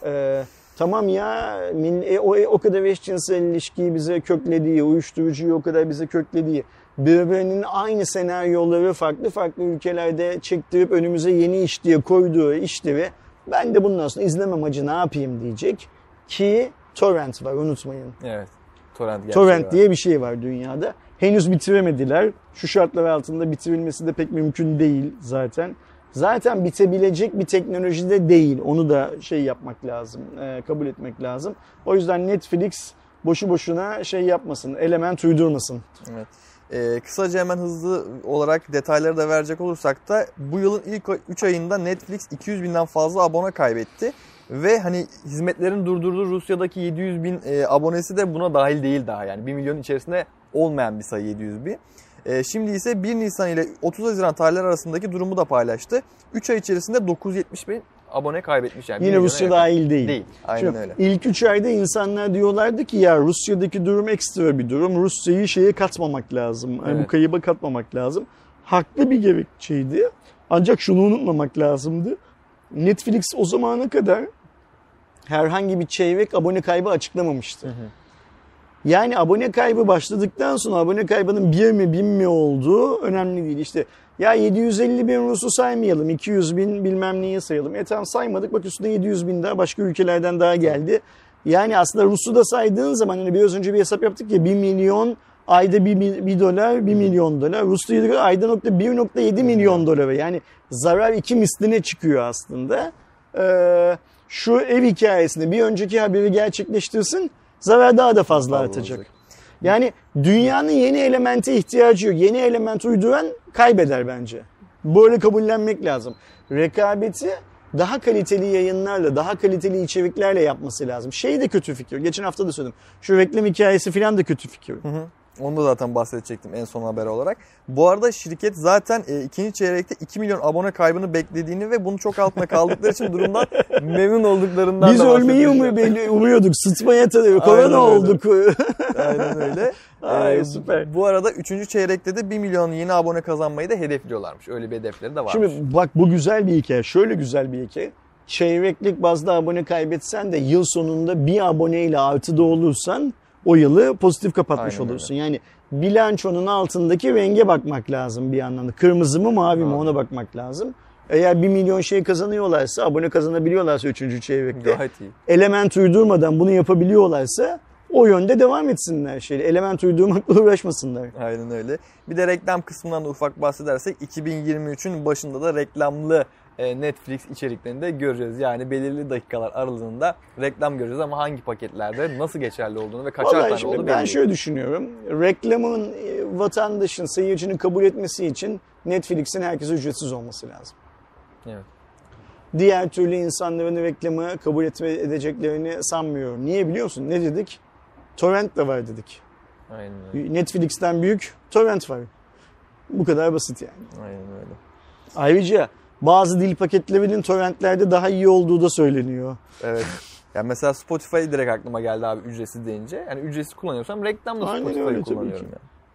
Tamam ya o kadar eşcinsel ilişkiyi bize köklediği, uyuşturucuyu o kadar bize köklediği, birbirinin aynı senaryoları farklı ülkelerde çektirip önümüze yeni iş diye koyduğu işleri ben de bundan sonra izlemem hacı ne yapayım diyecek ki torrent var unutmayın. Evet. Torrent Torrent diye bir şey var dünyada. Henüz bitiremediler. Şu şartlar altında bitirilmesi de pek mümkün değil zaten. Zaten bitebilecek bir teknolojide değil. Onu da yapmak lazım, kabul etmek lazım. O yüzden Netflix boşu boşuna yapmasın, element uydurmasın. Evet. Kısaca hemen hızlı olarak detayları da verecek olursak da bu yılın ilk 3 ayında Netflix 200 binden fazla abone kaybetti. Ve hani hizmetlerin durdurduğu Rusya'daki 700 bin abonesi de buna dahil değil daha. Yani 1 milyon içerisinde olmayan bir sayı 700 bin. Şimdi ise 1 Nisan ile 30 Haziran tarihleri arasındaki durumu da paylaştı. 3 ay içerisinde 970 bin abone kaybetmiş. Yani yine Rusya dahil değil. Değil. Aynen şimdi, öyle. İlk 3 ayda insanlar diyorlardı ki ya Rusya'daki durum ekstra bir durum. Rusya'yı katmamak lazım. Yani Evet. bu kayıba katmamak lazım. Haklı bir gerekçeydi. Ancak şunu unutmamak lazımdı. Netflix o zamana kadar herhangi bir çeyrek abone kaybı açıklamamıştı. Yani abone kaybı başladıktan sonra abone kaybının 1 mi 1000 mi olduğu önemli değil. İşte ya 750 bin Rus'u saymayalım, 200 bin bilmem neyi sayalım. Tamam saymadık, bak üstüne 700 bin daha başka ülkelerden daha geldi. Yani aslında Rus'u da saydığın zaman hani biraz önce bir hesap yaptık ya 1 milyon ayda 1 dolar 1 milyon dolar. Rusya'da ayda 1.7 milyon dolar. Yani zarar 2 misline çıkıyor aslında. Şu ev hikayesinde bir önceki haberi gerçekleştirsin, zarar daha da fazla artacak. Yani dünyanın yeni elemente ihtiyacı yok. Yeni element uyduran kaybeder bence. Böyle kabullenmek lazım. Rekabeti daha kaliteli yayınlarla, daha kaliteli içeriklerle yapması lazım. Şey de kötü fikir. Geçen hafta da söyledim. Şu reklam hikayesi falan da kötü fikir. Onu da zaten bahsedecektim en son haber olarak. Bu arada şirket zaten ikinci çeyrekte 2 milyon abone kaybını beklediğini ve bunun çok altında kaldıkları için durumdan memnun olduklarından biz da ölmeyi umuyorduk. Sıtmaya korona olduk. Aynen öyle. Ay, süper. Bu arada 3. çeyrekte de 1 milyon yeni abone kazanmayı da hedefliyorlarmış. Öyle bir hedefleri de varmış. Şimdi bak bu güzel bir hikaye. Şöyle güzel bir hikaye. Çeyreklik bazda abone kaybetsen de yıl sonunda bir aboneyle artıda olursan o yılı pozitif kapatmış Aynen olursun. Yani bilançonun altındaki renge bakmak lazım bir yandan da. Kırmızı mı mavi mi ona bakmak lazım. Eğer 1 milyon kazanıyorlarsa, abone kazanabiliyorlarsa 3. çeyrekte, gayet iyi. element uydurmadan bunu yapabiliyorlarsa o yönde devam etsinler. Element uydurmakla uğraşmasınlar. Aynen öyle. Bir de reklam kısmından da ufak bahsedersek 2023'ün başında da reklamlı Netflix içeriklerini de göreceğiz. Yani belirli dakikalar aralığında reklam göreceğiz ama hangi paketlerde nasıl geçerli olduğunu ve kaçar tane olduğunu ben şöyle düşünüyorum. Reklamın vatandaşın, seyircinin kabul etmesi için Netflix'in herkese ücretsiz olması lazım. Evet. Diğer türlü insanların reklamı kabul edeceklerini sanmıyorum. Niye biliyor musun? Ne dedik? Torrent de var dedik. Aynen öyle. Netflix'ten büyük torrent var. Bu kadar basit yani. Aynen öyle. Ayrıca bazı dil paketlerinin torrentlerde daha iyi olduğu da söyleniyor. Evet. Yani mesela Spotify direkt aklıma geldi abi ücretsiz deyince. Yani ücretsiz kullanıyorsam reklamla Spotify'ı kullanıyorum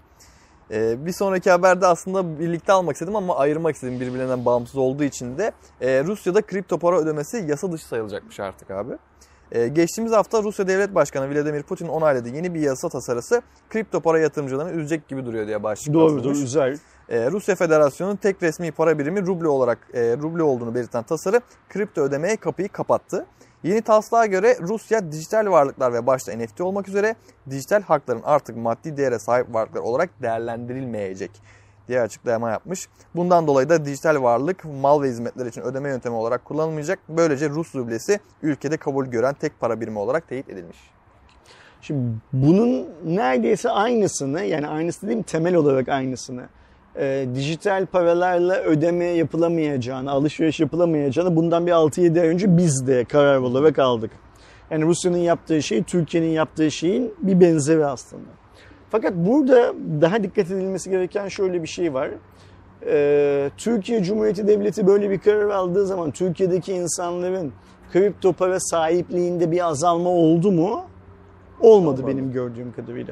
yani. Bir sonraki haberde aslında birlikte almak istedim ama ayırmak istedim birbirlerinden bağımsız olduğu için de. Rusya'da kripto para ödemesi yasa dışı sayılacakmış artık abi. Geçtiğimiz hafta Rusya Devlet Başkanı Vladimir Putin onayladığı yeni bir yasa tasarısı kripto para yatırımcılarını üzecek gibi duruyor diye başlık atılmış. Doğru, güzel. Rusya Federasyonu'nun tek resmi para birimi ruble olduğunu belirten tasarı kripto ödemeye kapıyı kapattı. Yeni taslağa göre Rusya dijital varlıklar ve başta NFT olmak üzere dijital hakların artık maddi değere sahip varlıklar olarak değerlendirilmeyecek diye açıklama yapmış. Bundan dolayı da dijital varlık mal ve hizmetler için ödeme yöntemi olarak kullanılmayacak. Böylece Rus rublesi ülkede kabul gören tek para birimi olarak teyit edilmiş. Şimdi bunun neredeyse aynısını, yani aynısı dediğim temel olarak aynısını, dijital paralarla ödeme yapılamayacağını, alışveriş yapılamayacağını bundan bir 6-7 ay önce biz de karar olarak aldık. Yani Rusya'nın yaptığı şey, Türkiye'nin yaptığı şeyin bir benzeri aslında. Fakat burada daha dikkat edilmesi gereken şöyle bir şey var. Türkiye Cumhuriyeti Devleti böyle bir karar aldığı zaman Türkiye'deki insanların kripto para sahipliğinde bir azalma oldu mu? Olmadı benim gördüğüm kadarıyla.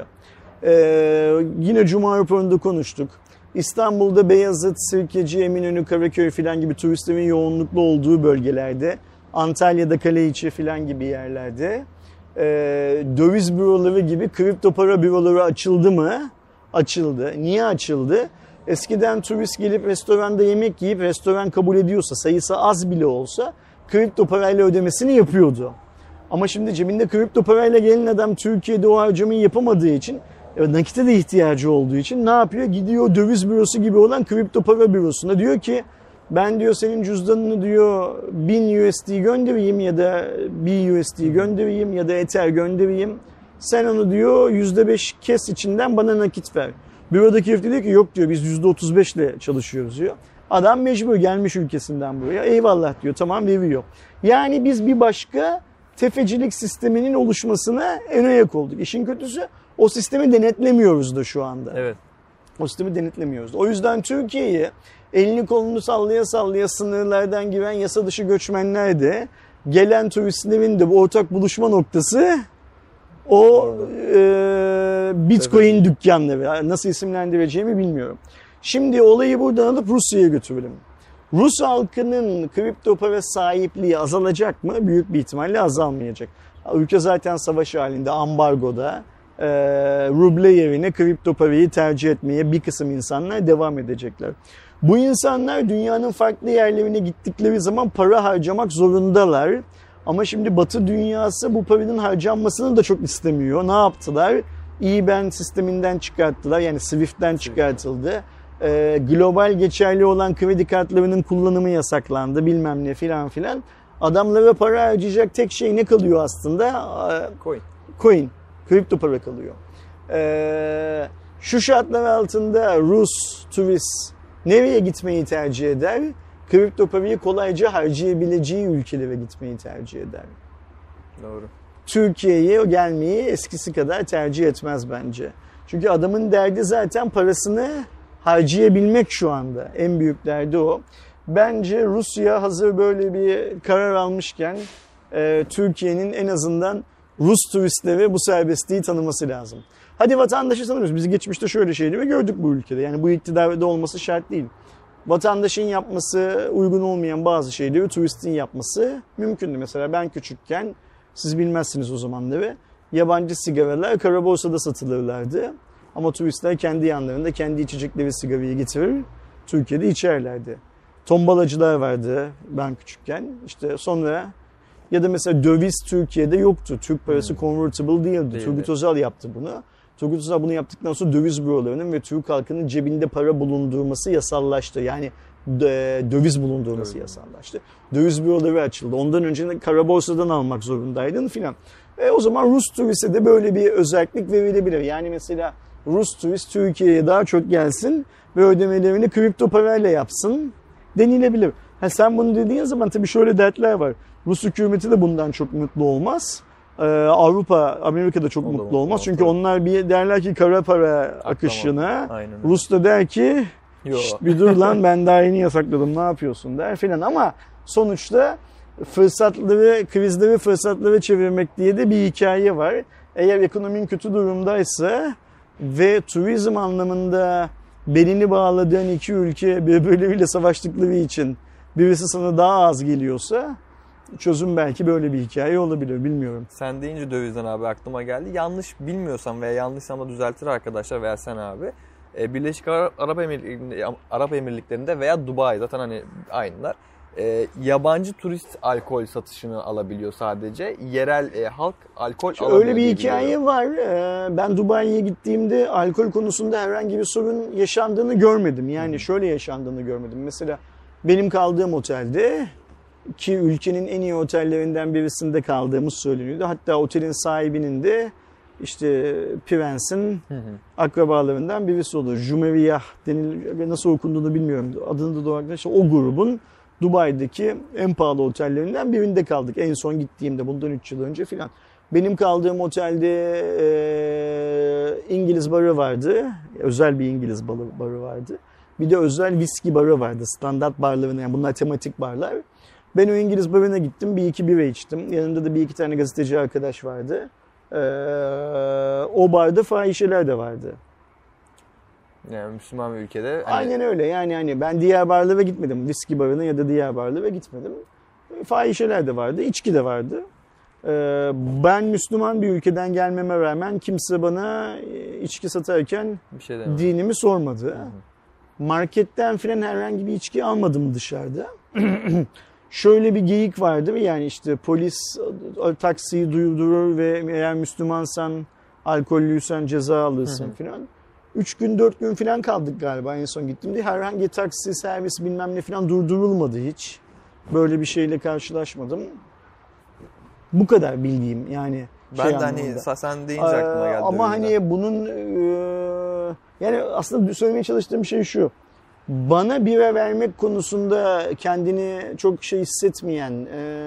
Yine Cuma raporunda konuştuk. İstanbul'da Beyazıt, Sirkeci, Eminönü, Karaköy falan gibi turistlerin yoğunluklu olduğu bölgelerde Antalya'da Kaleiçi falan gibi yerlerde döviz büroları gibi kripto para büroları açıldı mı? Açıldı. Niye açıldı? Eskiden turist gelip restoranda yemek yiyip restoran kabul ediyorsa, sayısı az bile olsa kripto parayla ödemesini yapıyordu. Ama şimdi cebinde kripto parayla gelen adam Türkiye'de o harcamayı yapamadığı için, nakite de ihtiyacı olduğu için ne yapıyor? Gidiyor döviz bürosu gibi olan kripto para bürosuna, diyor ki ben diyor senin cüzdanını diyor 1000 USD göndereyim ya da 1 USD göndereyim ya da Ether göndereyim. Sen onu diyor %5 kes içinden bana nakit ver. Bürodaki herif diyor ki yok diyor biz %35 ile çalışıyoruz diyor. Adam mecbur gelmiş ülkesinden buraya. Eyvallah diyor, tamam veriyor. Yani biz bir başka tefecilik sisteminin oluşmasına en ayak olduk. İşin kötüsü o sistemi denetlemiyoruz da şu anda. Evet. O sistemi denetlemiyoruz da. O yüzden Türkiye'yi elini kolunu sallaya sallaya sınırlardan giren yasa dışı göçmenler de gelen turistlerin de bu ortak buluşma noktası o Bitcoin dükkanları. Nasıl isimlendireceğimi bilmiyorum. Şimdi olayı buradan alıp Rusya'ya götürelim. Rus halkının kripto para sahipliği azalacak mı? Büyük bir ihtimalle azalmayacak. Ülke zaten savaş halinde, ambargoda. Ruble yerine kripto parayı tercih etmeye bir kısım insanlar devam edecekler. Bu insanlar dünyanın farklı yerlerine gittikleri zaman para harcamak zorundalar. Ama şimdi Batı dünyası bu paranın harcanmasını da çok istemiyor. Ne yaptılar? IBAN sisteminden çıkarttılar. Yani Swift'ten çıkartıldı. Global geçerli olan kredi kartlarının kullanımı yasaklandı. Bilmem ne filan filan. Adamlara para harcayacak tek şey ne kalıyor aslında? Coin. Kripto para kalıyor. Şu şartlar altında Rus turist nereye gitmeyi tercih eder? Kripto parayı kolayca harcayabileceği ülkelere gitmeyi tercih eder. Doğru. Türkiye'ye gelmeyi eskisi kadar tercih etmez bence. Çünkü adamın derdi zaten parasını harcayabilmek şu anda. En büyük derdi o. Bence Rusya hazır böyle bir karar almışken Türkiye'nin en azından Rus turistlere bu serbestliği tanıması lazım. Hadi vatandaşı tanımıyoruz. Biz geçmişte şöyle şeyleri gördük bu ülkede. Yani bu iktidarda olması şart değil. Vatandaşın yapması uygun olmayan bazı şeyleri turistin yapması mümkündü. Mesela ben küçükken, siz bilmezsiniz o zamanları, yabancı sigaralar kara borsada satılırlardı. Ama turistler kendi yanlarında kendi içecekleri sigarayı getirir, Türkiye'de içerlerdi. Tombalacılar vardı ben küçükken. İşte sonra ya da mesela döviz Türkiye'de yoktu. Türk parası convertible değildi. Turgut Özal yaptı bunu. Turgut Özal bunu yaptıktan sonra döviz bürolarının ve Türk halkının cebinde para bulundurması yasallaştı. Yani döviz bulundurması yasallaştı. Döviz büroları açıldı. Ondan önce de kara borsadan almak zorundaydın filan. O zaman Rus turiste de böyle bir özellik verilebilir. Yani mesela Rus turist Türkiye'ye daha çok gelsin ve ödemelerini kripto parayla yapsın denilebilir. Sen bunu dediğin zaman tabii şöyle dertler var. Rus hükümeti de bundan çok mutlu olmaz. Avrupa, Amerika'da çok mutlu olmaz. Çünkü onlar bir derler ki kara para akışına. Rus da der ki bir dur lan ben daha yeni yasakladım ne yapıyorsun der filan. Ama sonuçta fırsatları, krizleri fırsatlara çevirmek diye de bir hikaye var. Eğer ekonomin kötü durumdaysa ve turizm anlamında belini bağladığın iki ülke birbirleriyle savaştıkları için birisi sana daha az geliyorsa çözüm belki böyle bir hikaye olabilir, bilmiyorum. Sen deyince dövizden abi aklıma geldi. Yanlış bilmiyorsam veya yanlışsam da düzeltir arkadaşlar veya sen abi. Birleşik Arap Emirlikleri'nde veya Dubai zaten hani aynılar. Yabancı turist alkol satışını alabiliyor sadece. Yerel halk alkol alamıyor. Öyle bir hikaye var. Ben Dubai'ye gittiğimde alkol konusunda herhangi bir sorun yaşandığını görmedim. Yani şöyle yaşandığını görmedim. Mesela benim kaldığım otelde, ki ülkenin en iyi otellerinden birisinde kaldığımız söyleniyordu. Hatta otelin sahibinin de işte Prens'in akrabalarından birisi olur. Jumeirah nasıl okunduğunu bilmiyorum. Adını da doğru. İşte o grubun Dubai'deki en pahalı otellerinden birinde kaldık. En son gittiğimde bundan 3 yıl önce filan. Benim kaldığım otelde İngiliz barı vardı. Özel bir İngiliz barı vardı. Bir de özel viski barı vardı. Standart barlarına, yani bunlar tematik barlar. Ben o İngiliz barına gittim. Bir iki bira içtim. Yanında da bir iki tane gazeteci arkadaş vardı. O barda fahişeler de vardı. Yani Müslüman bir ülkede. Aynen öyle. Yani hani ben diğer barlara gitmedim. Viski barına ya da diğer barlara gitmedim. Fahişeler de vardı, içki de vardı. Ben Müslüman bir ülkeden gelmeme rağmen kimse bana içki satarken Bir şey demem. dinimi sormadı. Marketten filan herhangi bir içki almadım dışarıda. Şöyle bir geyik vardı, yani işte polis taksiyi durdurur ve eğer Müslümansan, alkollüysen ceza alırsın filan. 3 gün 4 gün filan kaldık galiba en son gittiğimde. Herhangi taksi, servis bilmem ne filan durdurulmadı hiç. Böyle bir şeyle karşılaşmadım. Bu kadar bildiğim yani. Ben de hani sen deyince aklıma geldi. Ama hani bunun yani aslında söylemeye çalıştığım şey şu. Bana bira vermek konusunda kendini çok hissetmeyen,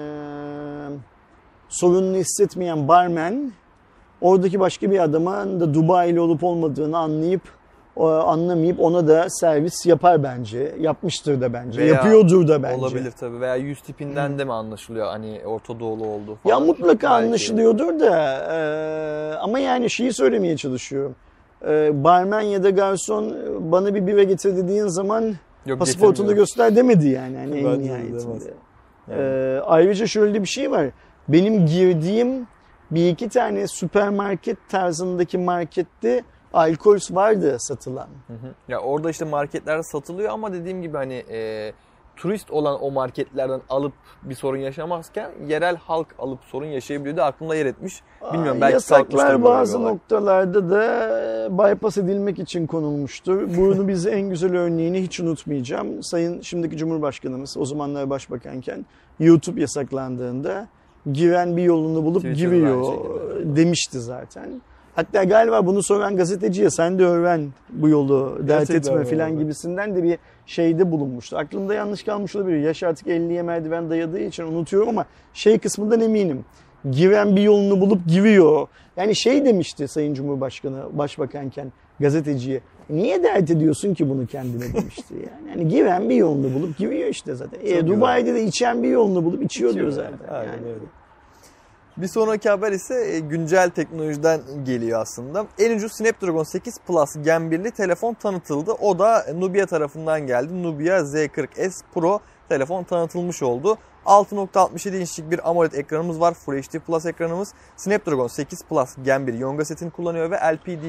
sorunlu hissetmeyen barmen oradaki başka bir adamın da Dubai'li olup olmadığını anlamayıp ona da servis yapar bence. Yapmıştır da bence. Veya yapıyordur da bence. Olabilir tabii. Veya yüz tipinden de mi anlaşılıyor hani Orta Doğulu olduğu falan. Ya mutlaka Belki. anlaşılıyordur da ama yani şeyi söylemeye çalışıyorum. Barmen ya da garson bana bir bira getir dediğin zaman pasaportunu göster demedi yani en nihayetinde. Ayrıca şöyle bir şey var. Benim girdiğim bir iki tane süpermarket tarzındaki markette alkol vardı satılan. Ya orada işte marketlerde satılıyor ama dediğim gibi hani turist olan o marketlerden alıp bir sorun yaşamazken yerel halk alıp sorun yaşayabiliyordu. Aklımda yer etmiş. Bilmiyorum belki yasaklar bazı noktalarda da bypass edilmek için konulmuştur. Bunu bize en güzel örneğini hiç unutmayacağım. Sayın şimdiki Cumhurbaşkanımız o zamanlar başbakanken YouTube yasaklandığında giren bir yolunu bulup giriyor demişti zaten. Hatta galiba bunu soran gazeteciye sen de öğren bu yolu dert etme filan gibisinden de bir şeyde bulunmuştu. Aklımda yanlış kalmış olabilir. Yaş artık 50'ye merdiven dayadığı için unutuyorum ama kısmından eminim. Giren bir yolunu bulup giriyor. Yani demişti Sayın Cumhurbaşkanı başbakanken gazeteciye. Niye dert ediyorsun ki bunu kendine demişti yani. Yani giren bir yolunu bulup giriyor işte zaten. Dubai'de de içen bir yolunu bulup içiyor zaten. Yani öyle. Bir sonraki haber ise güncel teknolojiden geliyor aslında. En ucuz Snapdragon 8 Plus Gen 1'li telefon tanıtıldı. O da Nubia tarafından geldi. Nubia Z40S Pro telefon tanıtılmış oldu. 6.67 inçlik bir AMOLED ekranımız var. Full HD Plus ekranımız. Snapdragon 8 Plus Gen 1 Yonga setini kullanıyor ve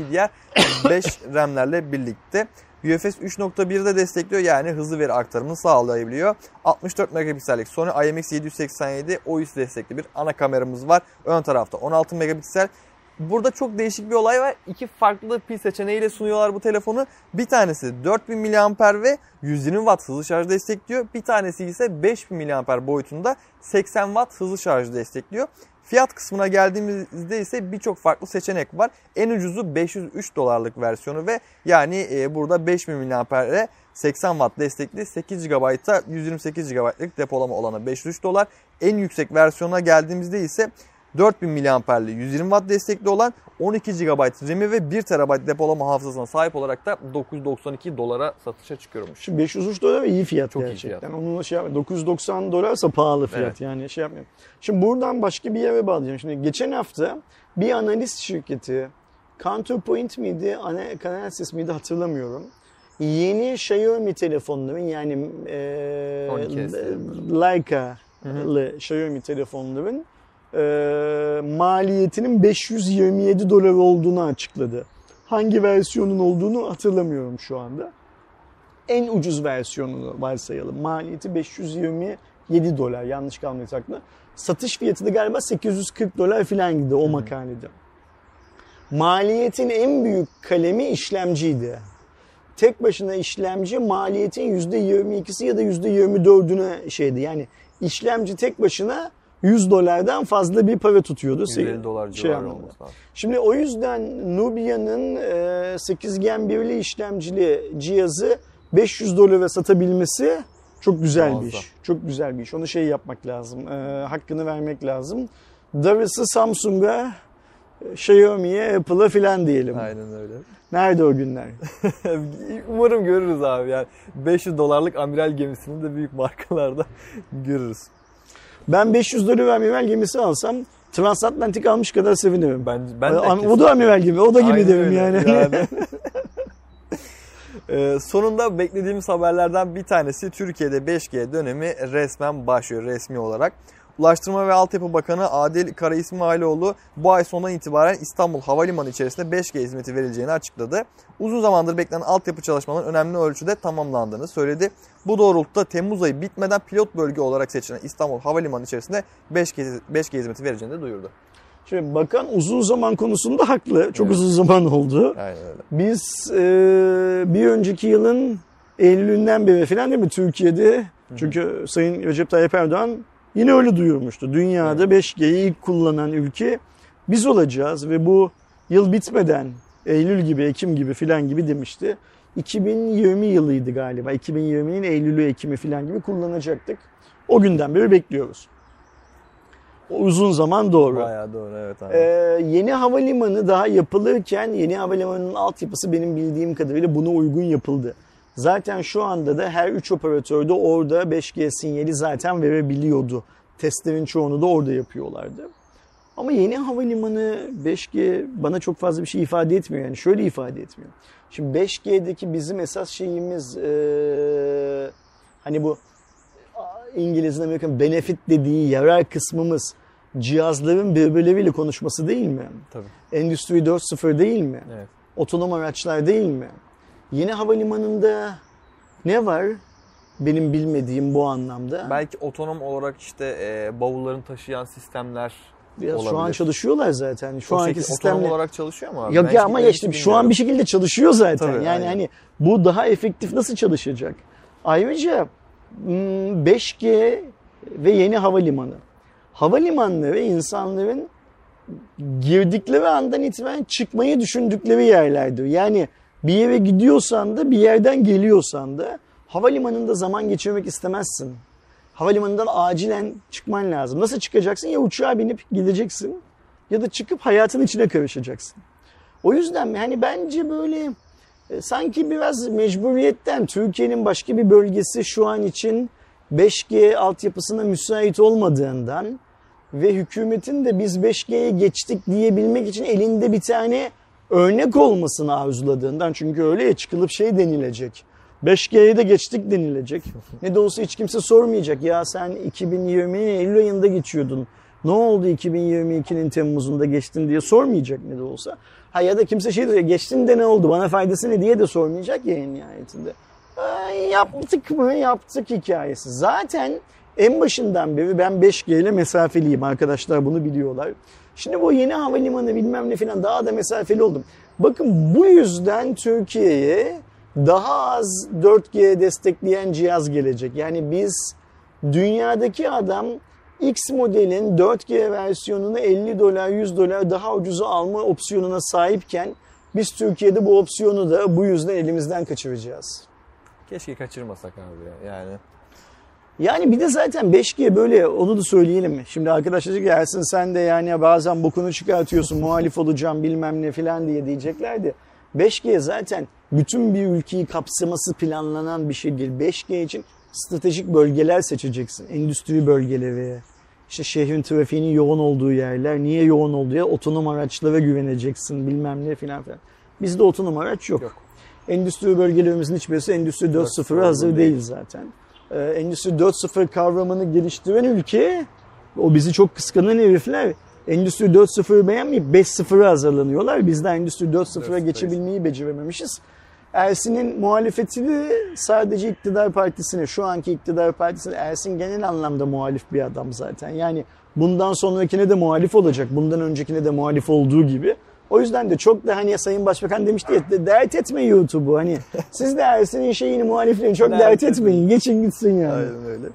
LPDDR5 RAM'lerle birlikte. UFS 3.1'de destekliyor, yani hızlı veri aktarımını sağlayabiliyor. 64 megapiksellik Sony IMX787 OIS destekli bir ana kameramız var. Ön tarafta 16 megapiksel. Burada çok değişik bir olay var. İki farklı pil seçeneğiyle sunuyorlar bu telefonu. Bir tanesi 4000 mAh ve 120 Watt hızlı şarj destekliyor. Bir tanesi ise 5000 mAh boyutunda 80 Watt hızlı şarj destekliyor. Fiyat kısmına geldiğimizde ise birçok farklı seçenek var. En ucuzu $503 versiyonu ve yani burada 5000 mAh'e 80 Watt destekli 8 GB'a 128 GB'lık depolama olana $503. En yüksek versiyona geldiğimizde ise 4000 mAh'li 120 Watt destekli olan 12 GB RAM'i ve 1 TB depolama hafızasına sahip olarak da $992 satışa çıkıyormuş. Şimdi $503 iyi fiyat çok gerçekten. İyi fiyat. Onu $990 ise pahalı fiyat. Evet. Yani yapmıyorum. Şimdi buradan başka bir yere bağlayacağım. Şimdi geçen hafta bir analist şirketi Counterpoint miydi, Canalys miydi hatırlamıyorum. Yeni Xiaomi telefonların yani Leica'lı Xiaomi telefonların maliyetinin $527 olduğunu açıkladı. Hangi versiyonun olduğunu hatırlamıyorum şu anda. En ucuz versiyonunu varsayalım. Maliyeti $527 yanlış kalmayacak aklımda. Satış fiyatı da galiba $840 falan gidi o makalede. Maliyetin en büyük kalemi işlemciydi. Tek başına işlemci maliyetin %22'si ya da %24'üne Yani işlemci tek başına $100'dan fazla bir para tutuyordu. $150 civarı olması lazım. Şimdi o yüzden Nubia'nın 8 Gen 1'li işlemcili cihazı $500'a satabilmesi çok güzel bir iş. Çok güzel bir iş. Onu yapmak lazım. Hakkını vermek lazım. Darısı Samsung'a, Xiaomi'ye, Apple'a filan diyelim. Aynen öyle. Nerede o günler? Umarım görürüz abi. Yani $500'lık amiral gemisini de büyük markalarda görürüz. Ben $500 amiral gemisi alsam transatlantik almış kadar sevinirim. Ben de o da amiral gibi, o da gibi derim yani. Sonunda beklediğimiz haberlerden bir tanesi, Türkiye'de 5G dönemi resmen başlıyor resmi olarak. Ulaştırma ve Altyapı Bakanı Adil Kara İsmailoğlu bu ay sonundan itibaren İstanbul Havalimanı içerisinde 5G hizmeti verileceğini açıkladı. Uzun zamandır beklenen altyapı çalışmalarının önemli ölçüde tamamlandığını söyledi. Bu doğrultuda Temmuz ayı bitmeden pilot bölge olarak seçilen İstanbul Havalimanı içerisinde 5G hizmeti vereceğini de duyurdu. Şimdi bakan uzun zaman konusunda haklı. Çok uzun zaman oldu. Aynen öyle. Biz bir önceki yılın Eylül'ünden beri falan değil mi Türkiye'de? Çünkü Sayın Recep Tayyip Erdoğan yine öyle duyurmuştu. Dünyada 5G'yi ilk kullanan ülke biz olacağız ve bu yıl bitmeden Eylül gibi, Ekim gibi filan gibi demişti. 2020 yılıydı galiba. 2020'nin Eylül'ü, Ekim'i filan gibi kullanacaktık. O günden beri bekliyoruz. O uzun zaman doğru. Bayağı doğru, evet abi. Yeni havalimanı daha yapılırken yeni havalimanının altyapısı benim bildiğim kadarıyla buna uygun yapıldı. Zaten şu anda da her 3 operatör de orada 5G sinyali zaten verebiliyordu. Testlerin çoğunu da orada yapıyorlardı. Ama yeni havalimanı 5G bana çok fazla bir şey ifade etmiyor. Yani şöyle ifade etmiyor. Şimdi 5G'deki bizim esas şeyimiz hani bu İngiliz'in Amerikan benefit dediği yarar kısmımız cihazların birbirleriyle konuşması değil mi? Tabii. Endüstri 4.0 değil mi? Evet. Otonom araçlar değil mi? Yeni havalimanında ne var benim bilmediğim bu anlamda? Belki otonom olarak işte bavullarını taşıyan sistemler Biraz olabilir. şu an çalışıyorlar zaten. Şu anki Otonom sistemle olarak çalışıyor mu abi? Yok Ben ya ama hiç işte şu bilmiyorum. an bir şekilde çalışıyor zaten. Tabii, yani aynen. hani bu daha efektif nasıl çalışacak? Ayrıca 5G ve yeni havalimanı. Havalimanları insanların girdikleri andan itibaren çıkmayı düşündükleri yerlerdir. Yani bir yere gidiyorsan da bir yerden geliyorsan da havalimanında zaman geçirmek istemezsin. Havalimanından acilen çıkman lazım. Nasıl çıkacaksın? Ya uçağa binip gideceksin ya da çıkıp hayatın içine karışacaksın. O yüzden hani bence böyle sanki biraz mecburiyetten Türkiye'nin başka bir bölgesi şu an için 5G altyapısına müsait olmadığından ve hükümetin de biz 5G'ye geçtik diyebilmek için elinde bir tane örnek olmasını arzuladığından, çünkü öyle ya, çıkılıp şey denilecek. 5G'ye de geçtik denilecek. Ne de olsa hiç kimse sormayacak. Ya sen 2020'nin Eylül ayında geçiyordun. Ne oldu 2022'nin Temmuz'unda geçtin diye sormayacak ne de olsa. Ha ya da kimse şey diyecek, geçtin de ne oldu, bana faydası ne diye de sormayacak ya en nihayetinde. Yaptık mı? Yaptık hikayesi. Zaten en başından beri ben 5G ile mesafeliyim. Arkadaşlar bunu biliyorlar. Şimdi bu yeni havalimanı bilmem ne falan daha da mesafeli oldum. Bakın bu yüzden Türkiye'ye daha az 4G destekleyen cihaz gelecek. Yani biz dünyadaki adam X modelin 4G versiyonunu $50, $100 daha ucuza alma opsiyonuna sahipken biz Türkiye'de bu opsiyonu da bu yüzden elimizden kaçıracağız. Keşke kaçırmasak abi ya. Yani bir de zaten 5G böyle, onu da söyleyelim. Şimdi arkadaşlar diyecek ki Ersin sen de yani bazen bokunu çıkartıyorsun, muhalif olacağım bilmem ne falan diye diyeceklerdi. 5G zaten bütün bir ülkeyi kapsaması planlanan bir şey değil. 5G için stratejik bölgeler seçeceksin. Endüstri bölgeleri, işte şehrin trafiğinin yoğun olduğu yerler. Niye yoğun olduğu yer? Otonom araçlara güveneceksin bilmem ne falan filan. Bizde otonom araç yok. Endüstri bölgelerimizin hiçbirisi Endüstri 4.0'a hazır değil zaten. Endüstri 4.0 kavramını geliştiren ülke, o bizi çok kıskanan herifler, Endüstri 4.0'ı beğenmeyip 5.0'a hazırlanıyorlar. Biz de Endüstri 4.0'a geçebilmeyi becerememişiz. Ersin'in muhalefetini sadece iktidar partisine, şu anki iktidar partisine, Ersin genel anlamda muhalif bir adam zaten. Yani bundan sonrakine de muhalif olacak, bundan öncekine de muhalif olduğu gibi. O yüzden de çok da hani Sayın Başbakan demişti ya, dert etme YouTube'u, hani siz de Ersin'in şeyini, muhaliflerini çok dert etmeyin, geçin gitsin yani. Aynen öyle.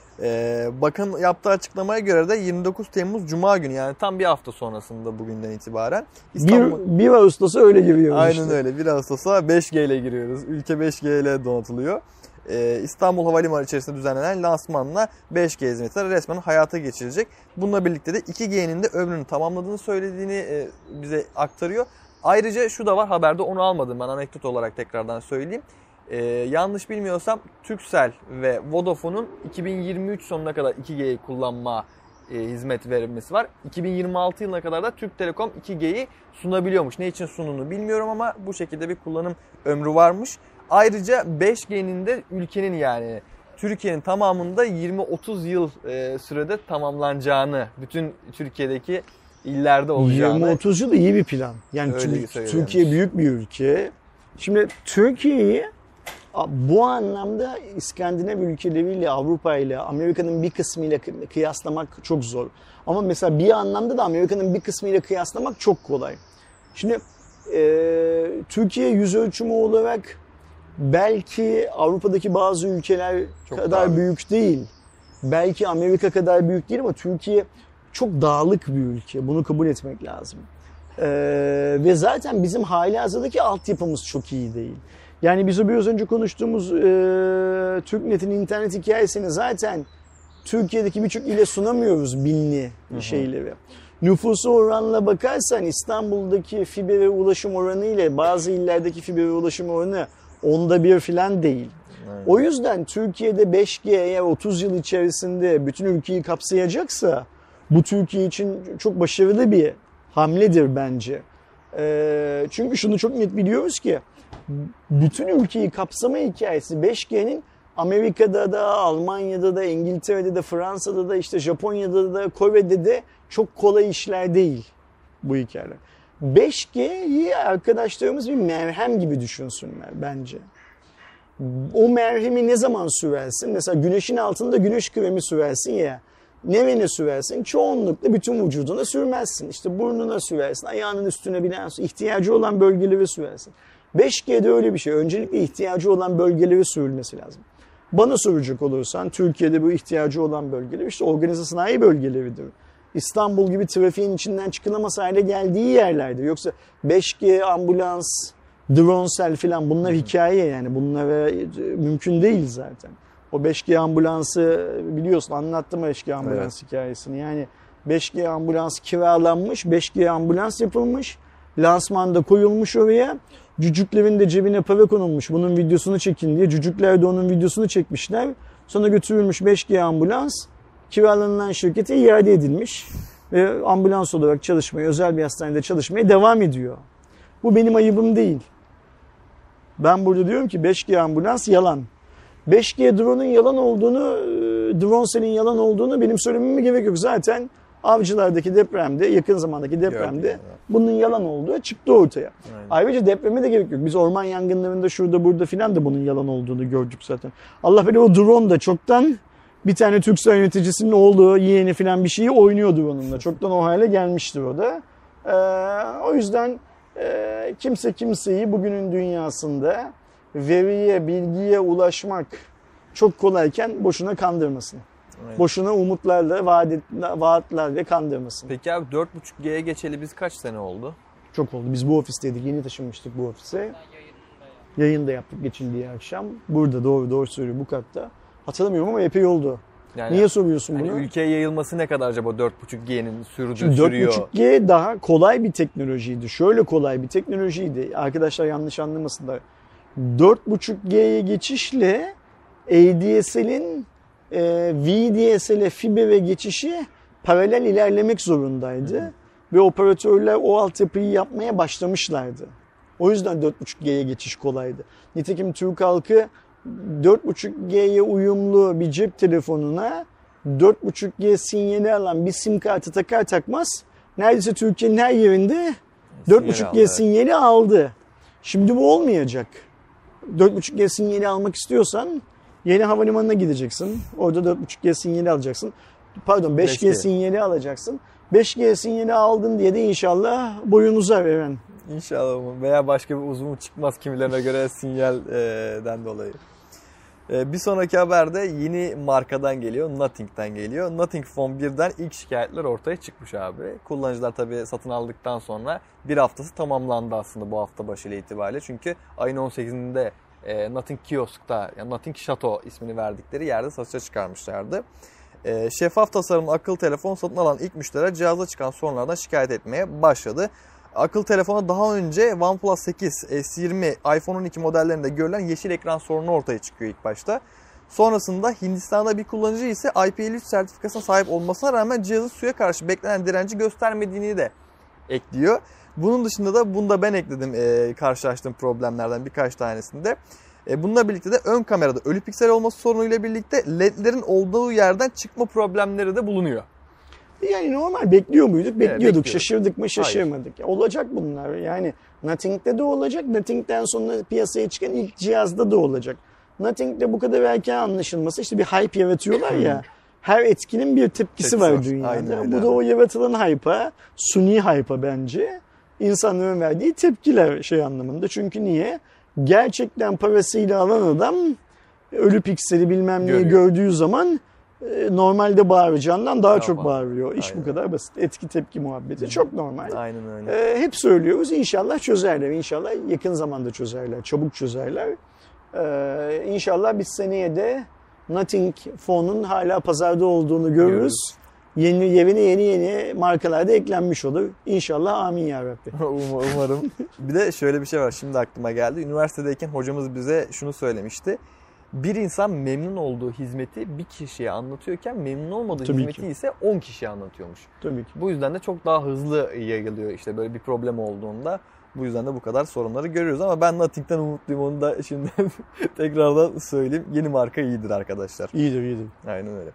Bakın yaptığı açıklamaya göre de 29 Temmuz Cuma günü, yani tam bir hafta sonrasında bugünden itibaren 1 Ağustos'a öyle giriyoruz. Aynen işte. öyle. 1 Ağustos'a 5G ile giriyoruz. Ülke 5G ile donatılıyor. İstanbul Havalimanı içerisinde düzenlenen lansmanla 5G hizmetleri resmen hayata geçirecek. Bununla birlikte de 2G'nin de ömrünü tamamladığını söylediğini bize aktarıyor. Ayrıca şu da var haberde, onu almadım ben, anekdot olarak tekrardan söyleyeyim. Yanlış bilmiyorsam Turkcell ve Vodafone'un 2023 sonuna kadar 2G'yi kullanma hizmet verilmesi var. 2026 yılına kadar da Türk Telekom 2G'yi sunabiliyormuş. Ne için sunduğunu bilmiyorum ama bu şekilde bir kullanım ömrü varmış. Ayrıca 5G'nin de ülkenin yani Türkiye'nin tamamında 20-30 yıl sürede tamamlanacağını, bütün Türkiye'deki illerde olacağını. 20-30 yıl iyi bir plan. Yani Türkiye büyük bir ülke. Şimdi Türkiye'yi bu anlamda İskandinav ülkeleriyle, Avrupa ile, Amerika'nın bir kısmıyla kıyaslamak çok zor. Ama mesela bir anlamda da Amerika'nın bir kısmıyla kıyaslamak çok kolay. Şimdi Türkiye yüz ölçümü olarak belki Avrupa'daki bazı ülkeler çok kadar büyük değil. Belki Amerika kadar büyük değil ama Türkiye çok dağlık bir ülke. Bunu kabul etmek lazım. Ve zaten bizim halihazırdaki altyapımız çok iyi değil. Yani biz o biraz önce konuştuğumuz TürkNet'in internet hikayesini zaten Türkiye'deki birçok ile sunamıyoruz binli şeyleri. Nüfusu oranla bakarsan İstanbul'daki fiber ulaşım oranı ile bazı illerdeki fiber ulaşım oranı 1/10 falan değil. Evet. O yüzden Türkiye'de 5G eğer 30 yıl içerisinde bütün ülkeyi kapsayacaksa bu Türkiye için çok başarılı bir hamledir bence. Çünkü şunu çok net biliyoruz ki bütün ülkeyi kapsama hikayesi 5G'nin Amerika'da da, Almanya'da da, İngiltere'de de, Fransa'da da, işte Japonya'da da, Kore'de de çok kolay işler değil bu hikayeler. 5G'yi arkadaşlarımız bir merhem gibi düşünsünler bence. O merhemi ne zaman sürersin? Mesela güneşin altında güneş kremi sürersin ya. Nereye sürersin? Çoğunlukla bütün vücuduna sürmezsin. İşte burnuna sürersin, ayağının üstüne bile ihtiyacı olan bölgeleri sürersin. 5G'de öyle bir şey. Öncelikle ihtiyacı olan bölgeleri sürülmesi lazım. Bana soracak olursan Türkiye'de bu ihtiyacı olan bölgeler işte organize sanayi bölgeleridir. İstanbul gibi trafiğin içinden çıkılamaz hale geldiği yerlerdir. Yoksa 5G, ambulans, drone cell falan bunlar hikaye yani. Bunlara mümkün değil zaten. O 5G ambulansı biliyorsun anlattım 5G ambulans hikayesini. Yani 5G ambulans kiralanmış, 5G ambulans yapılmış, lansmanda koyulmuş oraya. Cücüklerin de cebine para konulmuş. Bunun videosunu çekin diye. Cücükler de onun videosunu çekmişler. Sonra götürülmüş 5G ambulans kiralanılan şirkete iade edilmiş. Ve ambulans olarak çalışmaya, özel bir hastanede çalışmaya devam ediyor. Bu benim ayıbım değil. Ben burada diyorum ki 5G ambulans yalan. 5G drone'un yalan olduğunu, drone cell'in yalan olduğunu benim söylememe gerek yok. Zaten Avcılar'daki depremde, yakın zamandaki depremde bunun yalan olduğu çıktı ortaya. Aynen. Ayrıca depreme de gerek yok. Biz orman yangınlarında şurada burada filan da bunun yalan olduğunu gördük zaten. Allah bilir o drone da çoktan bir tane Turkcell yöneticisinin oğlu, yeğeni filan bir şeyi oynuyordu onunla. Çoktan o hale gelmiştir o da. O yüzden kimse kimseyi bugünün dünyasında veriye, bilgiye ulaşmak çok kolayken boşuna kandırmasın. Evet. Boşuna umutlarla, vaatlerle kandırmasın. Peki abi 4.5G'ye geçeli biz kaç sene oldu? Çok oldu. Biz bu ofisteydik. Yeni taşınmıştık bu ofise. Yayında yaptık geçildiği akşam. Burada doğru söylüyor bu katta. Hatırlamıyorum ama epey oldu. Yani, niye soruyorsun bunu? Ülkeye yayılması ne kadar acaba 4.5G'nin sürüyor? 4.5G daha kolay bir teknolojiydi. Şöyle kolay bir teknolojiydi. Arkadaşlar yanlış anlamasınlar. 4.5G'ye geçişle ADSL'in VDSL'e fibre geçişi paralel ilerlemek zorundaydı. Ve operatörler o altyapıyı yapmaya başlamışlardı. O yüzden 4.5G'ye geçiş kolaydı. Nitekim Türk halkı 4.5G'ye uyumlu bir cep telefonuna 4.5G sinyali alan bir sim kartı takar takmaz neredeyse Türkiye'nin her yerinde 4.5G sinyali aldı. Şimdi bu olmayacak. 4.5G sinyali almak istiyorsan yeni havalimanına gideceksin. Orada 4.5G sinyali alacaksın. Pardon 5G sinyali alacaksın. 5G sinyali aldın diye de inşallah boyun uzar Eren. İnşallah veya başka bir uzun çıkmaz kimilerine göre sinyalden dolayı. Bir sonraki haber de yeni markadan geliyor. Nothing'den geliyor. Nothing Phone 1'den ilk şikayetler ortaya çıkmış abi. Kullanıcılar tabii satın aldıktan sonra bir haftası tamamlandı aslında bu hafta başı ile itibariyle. Çünkü ayın 18'inde Nothing Kiosk'ta, yani Nothing Chateau ismini verdikleri yerde satışa çıkarmışlardı. Şeffaf tasarımlı akıllı telefon satın alan ilk müşteriler cihazda çıkan sorunlardan şikayet etmeye başladı. Akıllı telefona daha önce OnePlus 8, S20, iPhone 12 modellerinde görülen yeşil ekran sorunu ortaya çıkıyor ilk başta. Sonrasında Hindistan'da bir kullanıcı ise IP53 sertifikasına sahip olmasına rağmen cihazın suya karşı beklenen direnci göstermediğini de ekliyor. Bunun dışında da bunu da ben ekledim karşılaştığım problemlerden birkaç tanesinde. Bununla birlikte de ön kamerada ölü piksel olması sorunuyla birlikte LED'lerin olduğu yerden çıkma problemleri de bulunuyor. Yani normal bekliyor muyduk? Bekliyorduk. Bekliyoruz. Şaşırdık mı? Şaşırmadık. Olacak bunlar. Yani Nothing'de de olacak. Nothing'den sonra piyasaya çıkan ilk cihazda da olacak. Nothing'de bu kadar erken anlaşılması işte bir hype yaratıyorlar ya. Her etkinin bir tepkisi var Aynen dünyada. öyle Bu abi. da o yaratılan hype'a, suni hype'a bence insanların verdiği tepkiler şey anlamında. Çünkü niye? Gerçekten parasıyla alan adam ölü pikseli bilmem neyi Görüyor. gördüğü zaman normalde bağıracağından daha çok Tamam. bağırıyor. İş Aynen. bu kadar basit. Etki tepki muhabbeti çok normal. Aynen öyle. Hep söylüyoruz inşallah çözerler. İnşallah yakın zamanda çözerler. Çabuk çözerler. İnşallah biz seneye de Nothing Phone'un hala pazarda olduğunu görürüz. Yerine yeni markalar da eklenmiş olur. İnşallah amin ya Rabbi. Umarım. Bir de şöyle bir şey var, şimdi aklıma geldi. Üniversitedeyken hocamız bize şunu söylemişti. Bir insan memnun olduğu hizmeti bir kişiye anlatıyorken memnun olmadığı Tabii hizmeti ki. ise 10 kişiye anlatıyormuş. Tabii ki. Bu yüzden de çok daha hızlı yayılıyor işte böyle bir problem olduğunda. Bu yüzden de bu kadar sorunları görüyoruz ama ben Nothing'den umutluyum, onu da şimdi tekrardan söyleyeyim. Yeni marka iyidir arkadaşlar. İyidir. Aynen öyle.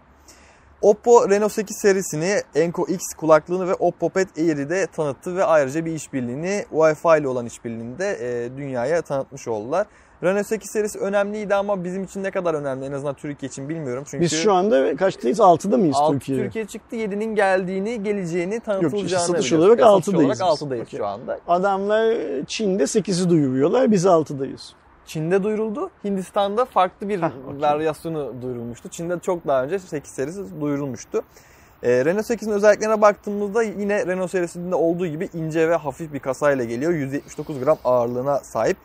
Oppo Reno 8 serisini, Enco X kulaklığını ve Oppo Pad Air'i de tanıttı ve ayrıca bir işbirliğini, Wi-Fi ile olan işbirliğini de dünyaya tanıtmış oldular. Reno 8 serisi önemliydi ama bizim için ne kadar önemli, en azından Türkiye için bilmiyorum. Çünkü Biz şu anda kaçtayız? 6'da mıyız 6 Türkiye'de? Türkiye çıktı, 7'nin geleceğini, tanıtılacağını satış biliyoruz. olarak Satış 6'dayız olarak biz. 6'dayız Okey. şu anda. Adamlar Çin'de 8'i duyuruyorlar. Biz 6'dayız. Çin'de duyuruldu. Hindistan'da farklı bir okey. varyasyonu duyurulmuştu. Çin'de çok daha önce 8 serisi duyurulmuştu. Renault 8'in özelliklerine baktığımızda yine Renault serisinde olduğu gibi ince ve hafif bir kasayla geliyor. 179 gram ağırlığına sahip.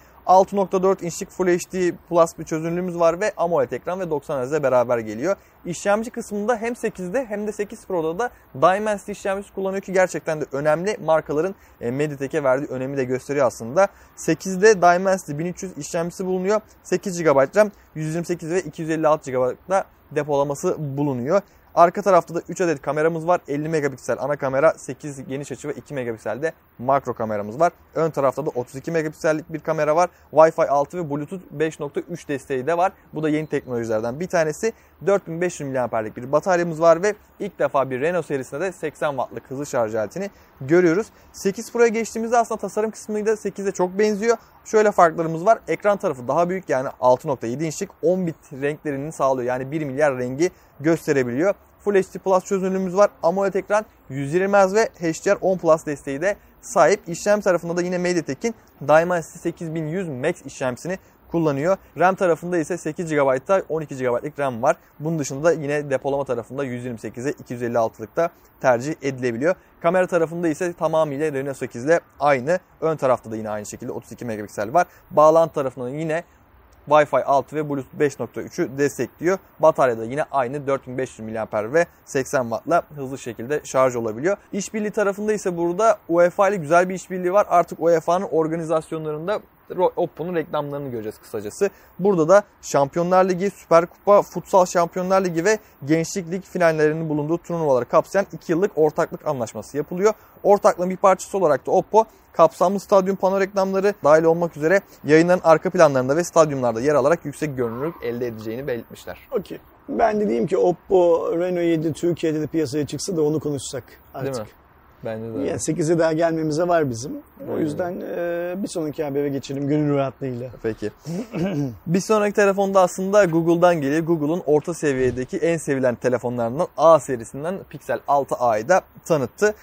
6.4 inçlik Full HD Plus bir çözünürlüğümüz var ve AMOLED ekran ve 90 Hz'le beraber geliyor. İşlemci kısmında hem 8'de hem de 8 Pro'da da Dimensity işlemcisi kullanıyor ki gerçekten de önemli. Markaların Mediatek'e verdiği önemi de gösteriyor aslında. 8'de Dimensity 1300 işlemcisi bulunuyor. 8 GB RAM, 128 ve 256 GB'da depolaması bulunuyor. Arka tarafta da 3 adet kameramız var. 50 megapiksel ana kamera, 8 geniş açı ve 2 megapiksel de makro kameramız var. Ön tarafta da 32 megapiksellik bir kamera var. Wi-Fi 6 ve Bluetooth 5.3 desteği de var. Bu da yeni teknolojilerden bir tanesi. 4500 mAh'lik bir bataryamız var ve ilk defa bir Renault serisinde de 80 Watt'lık hızlı şarj aletini görüyoruz. 8 Pro'ya geçtiğimizde aslında tasarım kısmıyla 8'e çok benziyor. Şöyle farklarımız var. Ekran tarafı daha büyük, yani 6.7 inçlik 10 bit renklerini sağlıyor. Yani 1 milyar rengi gösterebiliyor. Full HD Plus çözünürlüğümüz var. AMOLED ekran, 120 Hz ve HDR10 Plus desteği de sahip. İşlem tarafında da yine Mediatek'in Dimensity 8100 Max işlemcisini kullanıyor. RAM tarafında ise 8 GB'da 12 GB'lık RAM var. Bunun dışında da yine depolama tarafında 128'e 256'lık da tercih edilebiliyor. Kamera tarafında ise tamamıyla Renault 8 ile aynı. Ön tarafta da yine aynı şekilde 32 megapiksel var. Bağlantı tarafında yine Wi-Fi 6 ve Bluetooth 5.3'ü destekliyor. Bataryada yine aynı 4500 mAh ve 80 Watt'la hızlı şekilde şarj olabiliyor. İşbirliği tarafında ise burada UEFA ile güzel bir işbirliği var. Artık UEFA'nın organizasyonlarında Oppo'nun reklamlarını göreceğiz kısacası. Burada da Şampiyonlar Ligi, Süper Kupa, Futsal Şampiyonlar Ligi ve Gençlik Lig finallerinin bulunduğu turnuvaları kapsayan 2 yıllık ortaklık anlaşması yapılıyor. Ortaklığın bir parçası olarak da Oppo kapsamlı stadyum pano reklamları dahil olmak üzere yayınların arka planlarında ve stadyumlarda yer alarak yüksek görünürlük elde edeceğini belirtmişler. Okey. Ben de diyeyim ki Oppo Reno 7 Türkiye'de de piyasaya çıksa da onu konuşsak artık. Değil mi? Bence de. Yani 8'e daha gelmemize var bizim. O yüzden bir sonraki habere geçelim gönül rahatlığıyla. Peki. Bir sonraki telefonda aslında Google'dan geliyor. Google'un orta seviyedeki en sevilen telefonlarından A serisinden Pixel 6a'yı da tanıttı.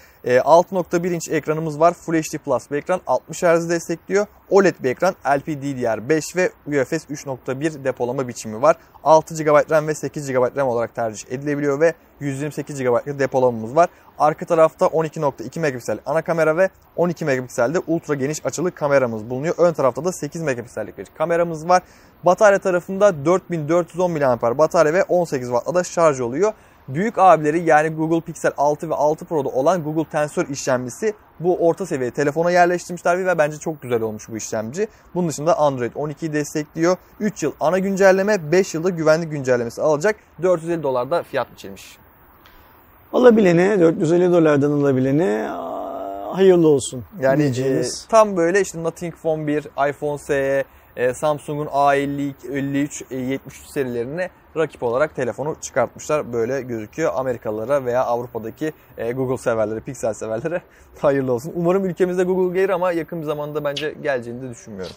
6.1 inç ekranımız var. Full HD Plus bir ekran. 60 Hz destekliyor. OLED bir ekran. LPDDR5 ve UFS 3.1 depolama biçimi var. 6 GB RAM ve 8 GB RAM olarak tercih edilebiliyor ve 128 GB'lık depolamamız var. Arka tarafta 12.2 megapiksel ana kamera ve 12 megapikselde ultra geniş açılı kameramız bulunuyor. Ön tarafta da 8 megapiksellik bir kameramız var. Batarya tarafında 4410 mAh batarya ve 18 Watt'la da şarj oluyor. Büyük abileri yani Google Pixel 6 ve 6 Pro'da olan Google Tensor işlemcisi bu orta seviye telefona yerleştirmişler ve bence çok güzel olmuş bu işlemci. Bunun dışında Android 12'yi destekliyor. 3 yıl ana güncelleme, 5 yılda güvenlik güncellemesi alacak. $450 fiyat biçilmiş. Alabilene, $450 alabilene hayırlı olsun. Yani diyeceğimiz. tam böyle işte Nothing Phone 1, iPhone SE, Samsung'un A52, 53, 73 serilerine rakip olarak telefonu çıkartmışlar. Böyle gözüküyor. Amerikalılara veya Avrupa'daki Google severlere, Pixel severlere hayırlı olsun. Umarım ülkemizde Google gelir ama yakın bir zamanda bence geleceğini de düşünmüyorum.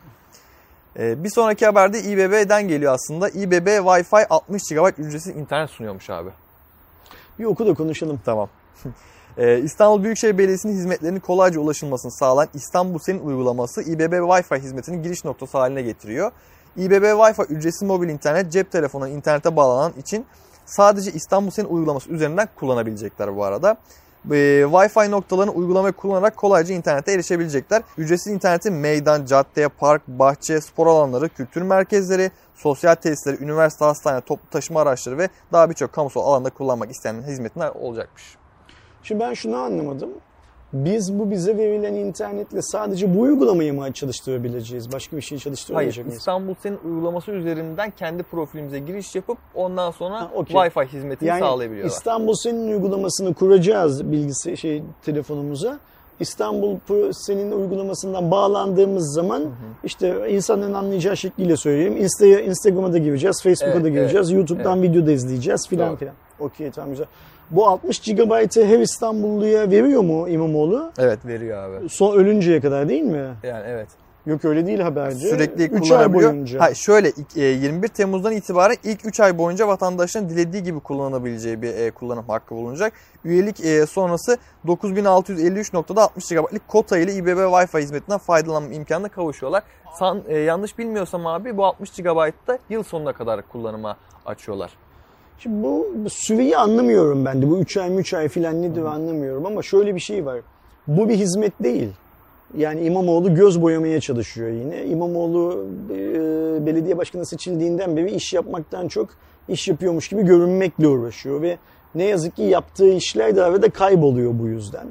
Bir sonraki haberde İBB'den geliyor aslında. İBB Wi-Fi 60 GB ücretsiz internet sunuyormuş abi. Bir oku da konuşalım. Tamam. İstanbul Büyükşehir Belediyesi'nin hizmetlerinin kolayca ulaşılmasını sağlayan İstanbul Senin uygulaması İBB Wi-Fi hizmetinin giriş noktası haline getiriyor. İBB Wi-Fi ücretsiz mobil internet cep telefonuna internete bağlanan için sadece İstanbul Senin uygulaması üzerinden kullanabilecekler bu arada. Wi-Fi noktalarını uygulamayı kullanarak kolayca internete erişebilecekler. Ücretsiz interneti meydan, cadde, park, bahçe, spor alanları, kültür merkezleri, sosyal tesisleri, üniversite, hastane, toplu taşıma araçları ve daha birçok kamusal alanda kullanmak isteyen hizmetler olacakmış. Şimdi ben şunu anlamadım. Biz bu bize verilen internetle sadece bu uygulamayı mı çalıştırabileceğiz? Başka bir şey çalıştıramayacak Hayır, mıyız? İstanbul Senin uygulaması üzerinden kendi profilimize giriş yapıp ondan sonra okay. Wi-Fi hizmetini yani sağlayabiliyorlar. İstanbul Senin uygulamasını kuracağız telefonumuza. İstanbul Senin uygulamasından bağlandığımız zaman işte insanların anlayacağı şekliyle söyleyeyim. Instagram'a da gireceğiz, Facebook'a da gireceğiz, YouTube'dan video da izleyeceğiz filan filan. Okey, tamam, güzel. Bu 60 GB'ı her İstanbulluya veriyor mu İmamoğlu? Evet, veriyor abi. Son ölünceye kadar değil mi? Yani evet. Yok, öyle değil haberci. Sürekli 3 ay kullanabiliyor. boyunca. Hayır, şöyle 21 Temmuz'dan itibaren ilk 3 ay boyunca vatandaşların dilediği gibi kullanabileceği bir kullanım hakkı bulunacak. Üyelik sonrası 9653 noktada 60 GB'lik kota ile İBB Wi-Fi hizmetinden faydalanma imkanına kavuşuyorlar. Yanlış bilmiyorsam abi bu 60 GB'da yıl sonuna kadar kullanıma açıyorlar. Şimdi bu süreyi anlamıyorum ben de. Bu 3 ay filan nedir anlamıyorum ama şöyle bir şey var. Bu bir hizmet değil. Yani İmamoğlu göz boyamaya çalışıyor yine. İmamoğlu belediye başkanı seçildiğinden beri iş yapmaktan çok iş yapıyormuş gibi görünmekle uğraşıyor ve ne yazık ki yaptığı işler de arada kayboluyor bu yüzden.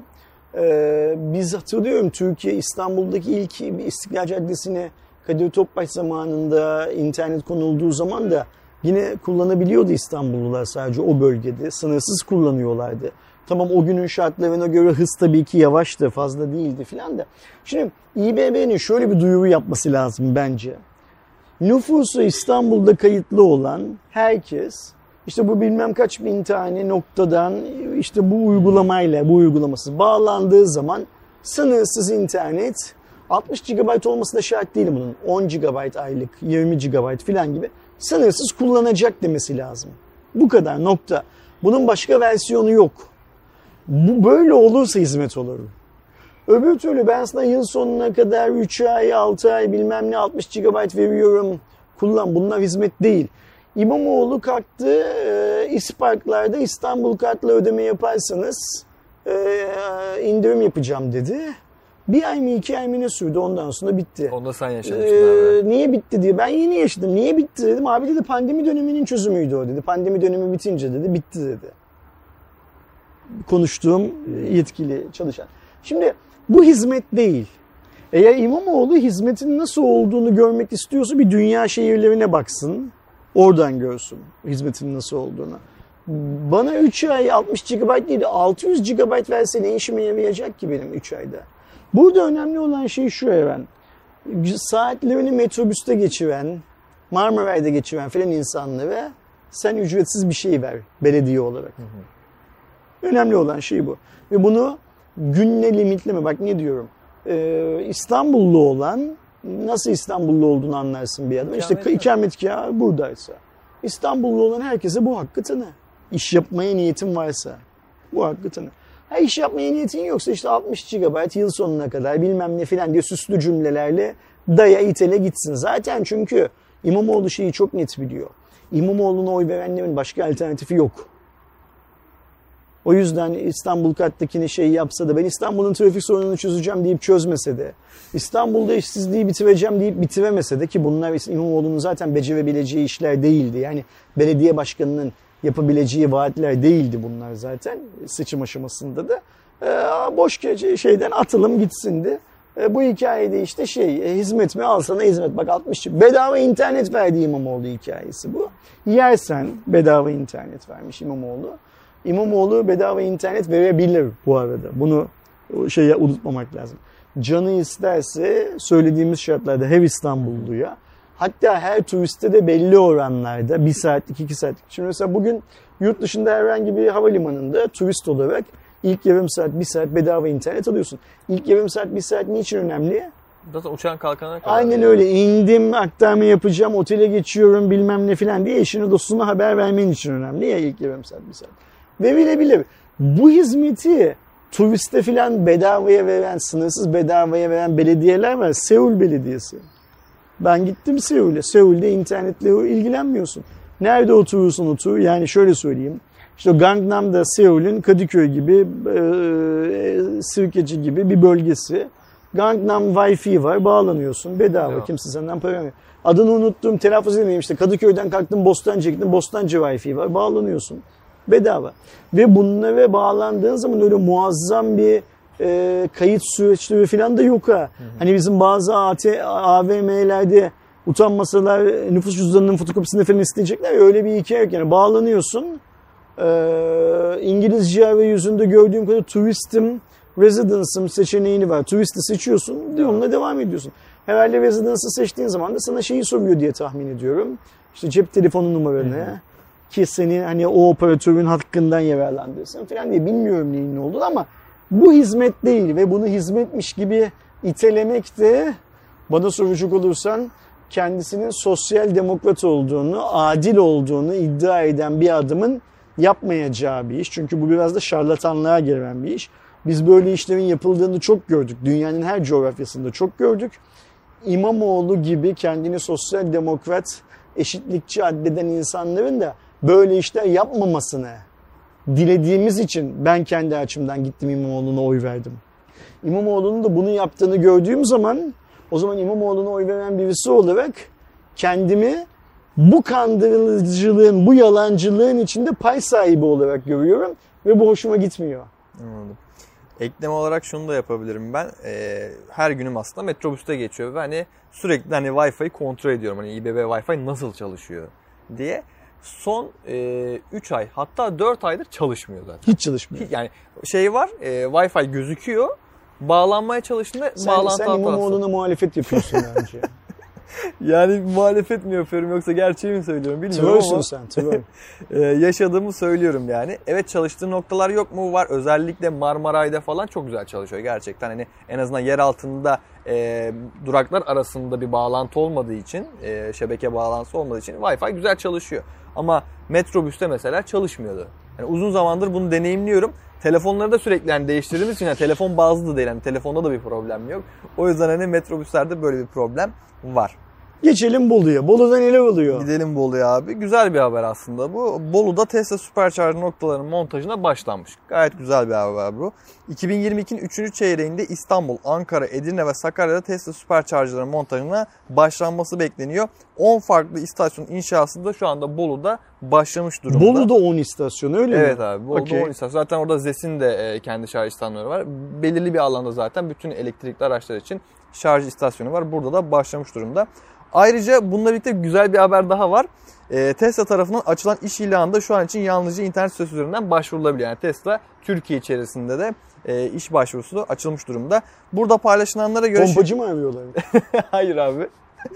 Biz hatırlıyorum Türkiye İstanbul'daki ilk İstiklal Caddesi'ne Kadir Topbaş zamanında internet konulduğu zaman da yine kullanabiliyordu İstanbullular sadece o bölgede. Sınırsız kullanıyorlardı. Tamam, o günün şartlarına göre hız tabii ki yavaştı, fazla değildi filan da. Şimdi İBB'nin şöyle bir duyuru yapması lazım bence. Nüfusu İstanbul'da kayıtlı olan herkes işte bu bilmem kaç bin tane noktadan işte bu uygulaması bağlandığı zaman sınırsız internet 60 GB olması da şart değil bunun. 10 GB aylık, 20 GB filan gibi sınırsız kullanacak demesi lazım. Bu kadar, nokta. Bunun başka versiyonu yok. Bu böyle olursa hizmet olur. Öbür türlü ben sana yıl sonuna kadar 3 ay, 6 ay bilmem ne 60 GB veriyorum. Kullan. Bunlar hizmet değil. İmamoğlu kalktı, İsparklar'da İstanbul kartla ödeme yaparsanız indirim yapacağım dedi. 1 ay mı 2 ay mı ne sürdü, ondan sonra bitti. Onu da sen yaşamışsın abi. Niye bitti diye. Ben yeni yaşadım. Niye bitti dedim. Abi dedi pandemi döneminin çözümüydü o dedi. Pandemi dönemi bitince dedi bitti dedi. Konuştuğum yetkili çalışan. Şimdi bu hizmet değil. Eğer İmamoğlu hizmetin nasıl olduğunu görmek istiyorsa bir dünya şehirlerine baksın. Oradan görsün hizmetin nasıl olduğunu. Bana 3 ay 60 GB değil 600 GB verse ne işime yarayacak ki benim 3 ayda? Burada önemli olan şey şu Eren. Saatlerini metrobüste geçiren, Marmaray'da geçiren falan insanlara sen ücretsiz bir şey ver belediye olarak. Önemli olan şey bu. Ve bunu günle limitleme. Bak ne diyorum. İstanbullu olan nasıl İstanbullu olduğunu anlarsın bir adam. İşte ikametgahı buradaysa. İstanbullu olan herkese bu hakkı tanı. İş yapmaya niyetin varsa bu hakkı tanı. Ha, iş yapmaya niyetin yoksa işte 60 GB yıl sonuna kadar bilmem ne filan diye süslü cümlelerle daya itele gitsin. Zaten çünkü İmamoğlu şeyi çok net biliyor. İmamoğlu'na oy verenlerin başka alternatifi yok. O yüzden İstanbul karttakini şey yapsa da ben İstanbul'un trafik sorununu çözeceğim deyip çözmese de İstanbul'da işsizliği bitireceğim deyip bitiremese de ki bunlar İmamoğlu'nun zaten becerebileceği işler değildi. Yani belediye başkanının yapabileceği vaatler değildi bunlar zaten seçim aşamasında da. Boş şeyden atılım gitsindi. Bu hikayede işte hizmet mi, al sana hizmet. Bak 60 bedava internet verdi İmamoğlu hikayesi bu. Yersen bedava internet vermiş İmamoğlu. İmamoğlu bedava internet verebilir bu arada. Bunu unutmamak lazım. canı isterse söylediğimiz şartlarda her İstanbulluya, hatta her turiste de belli oranlarda 1 saatlik 2 saatlik. Şimdi mesela bugün yurt dışında herhangi bir havalimanında turist olarak ilk yarım saat 1 saat bedava internet alıyorsun. İlk yarım saat 1 saat niçin önemli? Zaten uçağın kalkana kadar. Aynen yani. öyle, indim, aktarma yapacağım, otele geçiyorum bilmem ne filan diye eşine dostuna haber vermen için önemli ya ilk yarım saat 1 saat. Verilebilir. Bu hizmeti turiste filan bedavaya veren, sınırsız bedavaya veren belediyeler var. Seul Belediyesi. Ben gittim Seul'e. Seul'de internetle ilgilenmiyorsun. Nerede oturursun otur. Yani şöyle söyleyeyim. İşte Gangnam'da Seul'ün Kadıköy gibi, Sirkeci gibi bir bölgesi. Gangnam Wi-Fi var. Bağlanıyorsun. Bedava. Evet. Kimse senden para vermiyor. Adını unuttum. Telaffuz edemeyim. İşte Kadıköy'den kalktım Bostancı'ya gittim. Bostancı Wi-Fi var. Bağlanıyorsun. Bedava. Ve bunlara bağlandığın zaman öyle muazzam bir kayıt süreçleri falan da yok ha. Hani bizim bazı AVM'lerde utanmasalar nüfus cüzdanının fotokopisini falan isteyecekler ya, öyle bir hikaye yok. Yani bağlanıyorsun. İngilizce arayüzünde gördüğüm kadar turistim, residence'ım seçeneğini var. Turisti seçiyorsun, yoluna devam ediyorsun. Herhalde residence'ı seçtiğin zaman da sana şeyi soruyor diye tahmin ediyorum. İşte cep telefonu numaranı, ki seni hani o operatörün hakkından yararlandırsın falan diye, bilmiyorum neyin ne olduğunu, ama bu hizmet değil ve bunu hizmetmiş gibi itelemek de, bana soracak olursan, kendisinin sosyal demokrat olduğunu, adil olduğunu iddia eden bir adamın yapmayacağı bir iş. Çünkü bu biraz da şarlatanlığa giren bir iş. Biz böyle işlerin yapıldığını çok gördük. Dünyanın her coğrafyasında çok gördük. İmamoğlu gibi kendini sosyal demokrat, eşitlikçi addeden insanların da böyle işler yapmamasını dilediğimiz için ben kendi açımdan gittim İmamoğlu'na oy verdim. İmamoğlu'nun da bunu yaptığını gördüğüm zaman, o zaman İmamoğlu'na oy veren birisi olarak kendimi bu kandırıcılığın, bu yalancılığın içinde pay sahibi olarak görüyorum ve bu hoşuma gitmiyor. Anladım. Ekleme olarak şunu da yapabilirim ben. Her günüm aslında metrobüste geçiyor ve hani sürekli hani Wi-Fi'yi kontrol ediyorum. Hani İBB Wi-Fi nasıl çalışıyor diye. Son 3 ay hatta 4 aydır çalışmıyor zaten. Hiç çalışmıyor. Yani şey var, Wi-Fi gözüküyor. Bağlanmaya çalıştığında bağlantı sen hatası. İmamoğlu'na muhalefet yapıyorsun bence. Yani muhalefet mi yapıyorum yoksa gerçeği mi söylüyorum bilmiyorum Trollsün ama sen, troll. yaşadığımı söylüyorum yani. Evet, çalıştığı noktalar yok mu? Var. Özellikle Marmaray'da falan çok güzel çalışıyor gerçekten. Hani en azından yer altında duraklar arasında bir bağlantı olmadığı için, şebeke bağlantısı olmadığı için Wi-Fi güzel çalışıyor. Ama metrobüste mesela çalışmıyordu. Yani uzun zamandır bunu deneyimliyorum. Telefonları da sürekli yani değiştirdiğimiz için yani telefon bazlı da değil. Yani telefonda da bir problem yok. O yüzden hani metrobüslerde böyle bir problem var. Geçelim Bolu'ya. Bolu'da neler oluyor? Gidelim Bolu'ya abi. Güzel bir haber aslında bu. Bolu'da Tesla Supercharger noktalarının montajına başlanmış. Gayet güzel bir haber bu. 2022'nin 3. çeyreğinde İstanbul, Ankara, Edirne ve Sakarya'da Tesla Supercharger'ların montajına başlanması bekleniyor. 10 farklı istasyon inşası da şu anda Bolu'da başlamış durumda. Bolu'da 10 istasyon öyle mi? Evet abi. Bolu'da Okay. 10 istasyon. Zaten orada ZES'in de kendi şarj istasyonları var. Belirli bir alanda zaten bütün elektrikli araçlar için şarj istasyonu var. Burada da başlamış durumda. Ayrıca bununla birlikte güzel bir haber daha var. Tesla tarafından açılan iş ilanında şu an için yalnızca internet sitesi üzerinden başvurulabiliyor. Yani Tesla Türkiye içerisinde de iş başvurusu açılmış durumda. Burada paylaşılanlara göre... Pompacı mı arıyorlar? Hayır abi.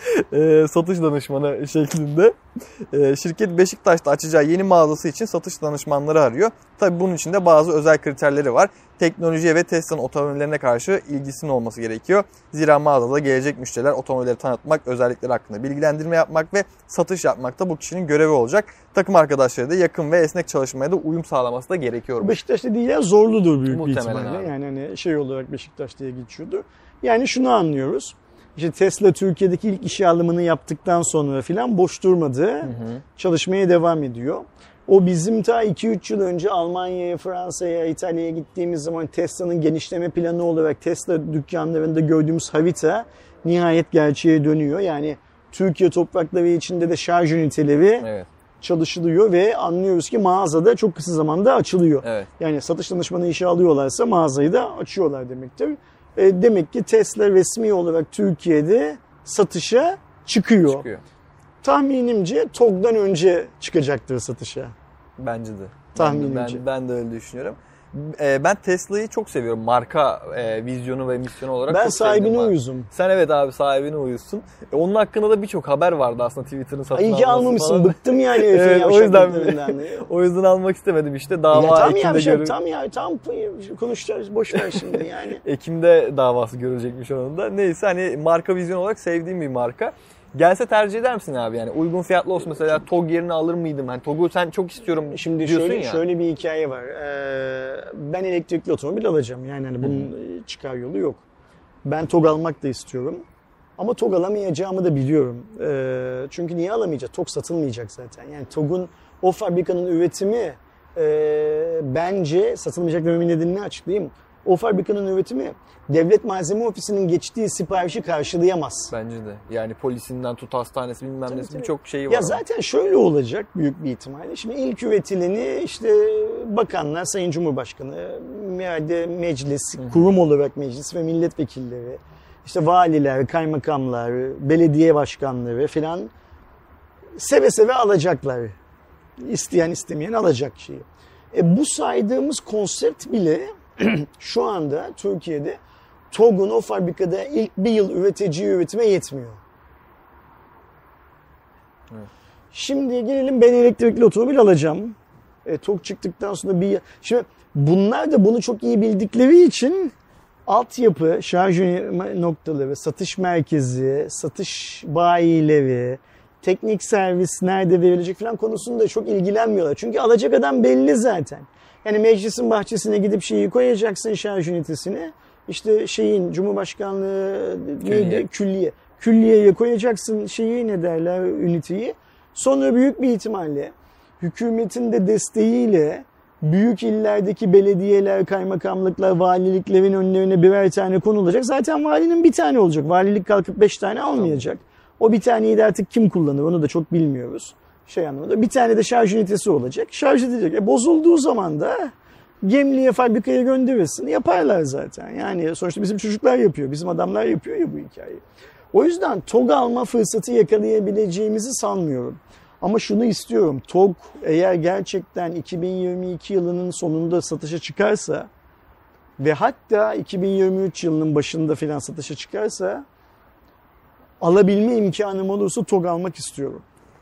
Satış danışmanı şeklinde. Şirket Beşiktaş'ta açacağı yeni mağazası için satış danışmanları arıyor. Tabii bunun için de bazı özel kriterleri var. Teknolojiye ve Tesla'nın otomobillerine karşı ilgisinin olması gerekiyor. Zira mağazada gelecek müşteriler otomobilleri tanıtmak, özellikleri hakkında bilgilendirme yapmak ve satış yapmak da bu kişinin görevi olacak. Takım arkadaşları da yakın ve esnek çalışmaya da uyum sağlaması da gerekiyor. Beşiktaş dediği yer Zorlu'dur büyük bir Muhtemelen ihtimalle. abi. Yani hani şey olarak Beşiktaş diye geçiyordu. Yani şunu anlıyoruz. İşte Tesla Türkiye'deki ilk işe alımını yaptıktan sonra filan boş durmadı. Çalışmaya devam ediyor. O bizim ta 2-3 yıl önce Almanya'ya, Fransa'ya, İtalya'ya gittiğimiz zaman Tesla'nın genişleme planı olarak Tesla dükkanlarında gördüğümüz harita nihayet gerçeğe dönüyor. Yani Türkiye toprakları içinde de şarj üniteleri çalışılıyor ve anlıyoruz ki mağazada çok kısa zamanda açılıyor. Evet. Yani satış danışmanı işe alıyorlarsa mağazayı da açıyorlar demektir. Demek ki Tesla resmi olarak Türkiye'de satışa çıkıyor. Tahminimce TOG'dan önce çıkacaktır satışa. Bence de. Tahminimce. Ben de öyle düşünüyorum. Ben Tesla'yı çok seviyorum. Marka vizyonu ve misyonu olarak Ben çok sevdim sahibine uyuzum. Sen evet abi sahibine uyuzsun. Onun hakkında da birçok haber vardı aslında Twitter'ın satın İyi alması ki almamışsın. falan. Bıktım yani. Evet, o yüzden yüzden. o yüzden almak istemedim işte. Ya Dava tam Ekim'de tam konuşacağız. Boş ver şimdi yani. Ekim'de davası görülecekmiş onun da. Neyse hani marka vizyonu olarak sevdiğim bir marka. Gelse tercih eder misin abi yani? Uygun fiyatlı olsun mesela TOG yerine alır mıydım? Hani TOG'u sen çok istiyorum Şimdi diyorsun ya. şöyle bir hikaye var. Ben elektrikli otomobil alacağım. Yani hani bunun çıkar yolu yok. Ben TOG almak da istiyorum. Ama TOG alamayacağımı da biliyorum. Çünkü niye alamayacak? TOG satılmayacak zaten. Yani TOG'un o fabrikanın üretimi bence satılmayacak dememin nedenini açıklayayım. O fabrikanın üretimi devlet malzeme ofisinin geçtiği siparişi karşılayamaz. Bence de. Yani polisinden tut hastanesi bilmem nesi tabii. birçok şeyi var. Ya zaten şöyle olacak büyük bir ihtimalle. Şimdi ilk üretileni işte bakanlar, Sayın Cumhurbaşkanı, meclis, kurum olarak meclis ve milletvekilleri, işte valiler, kaymakamlar, belediye başkanları falan seve seve alacaklar. İsteyen istemeyen alacak şeyi. Bu saydığımız konsept bile şu anda Türkiye'de TOG'un o fabrikada ilk bir yıl üreteceği üretime yetmiyor. Evet. Şimdi gelelim ben elektrikli otomobil alacağım. TOG çıktıktan sonra Şimdi bunlar da bunu çok iyi bildikleri için altyapı, şarj noktaları, satış merkezi, satış bayileri, teknik servis nerede verilecek falan konusunda çok ilgilenmiyorlar. Çünkü alacak adam belli zaten. Yani meclisin bahçesine gidip şeyi koyacaksın, şarj ünitesini. İşte Cumhurbaşkanlığı külliye. Külliyeye koyacaksın ne derler üniteyi. Sonra büyük bir ihtimalle hükümetin de desteğiyle büyük illerdeki belediyeler, kaymakamlıklar, valiliklerin önlerine birer tane konulacak. Zaten valinin bir tane olacak. Valilik kalkıp 5 tane almayacak. O bir taneyi de artık kim kullanır onu da çok bilmiyoruz. Anlamında. Bir tane de şarj ünitesi olacak. Şarj edecek. Bozulduğu zaman da Gemli'ye, fabrikaya gönderirsin. Yaparlar zaten. Yani sonuçta bizim çocuklar yapıyor. Bizim adamlar yapıyor ya bu hikayeyi. O yüzden TOG alma fırsatı yakalayabileceğimizi sanmıyorum. Ama şunu istiyorum. TOG eğer gerçekten 2022 yılının sonunda satışa çıkarsa ve hatta 2023 yılının başında falan satışa çıkarsa alabilme imkanım olursa TOG almak istiyorum.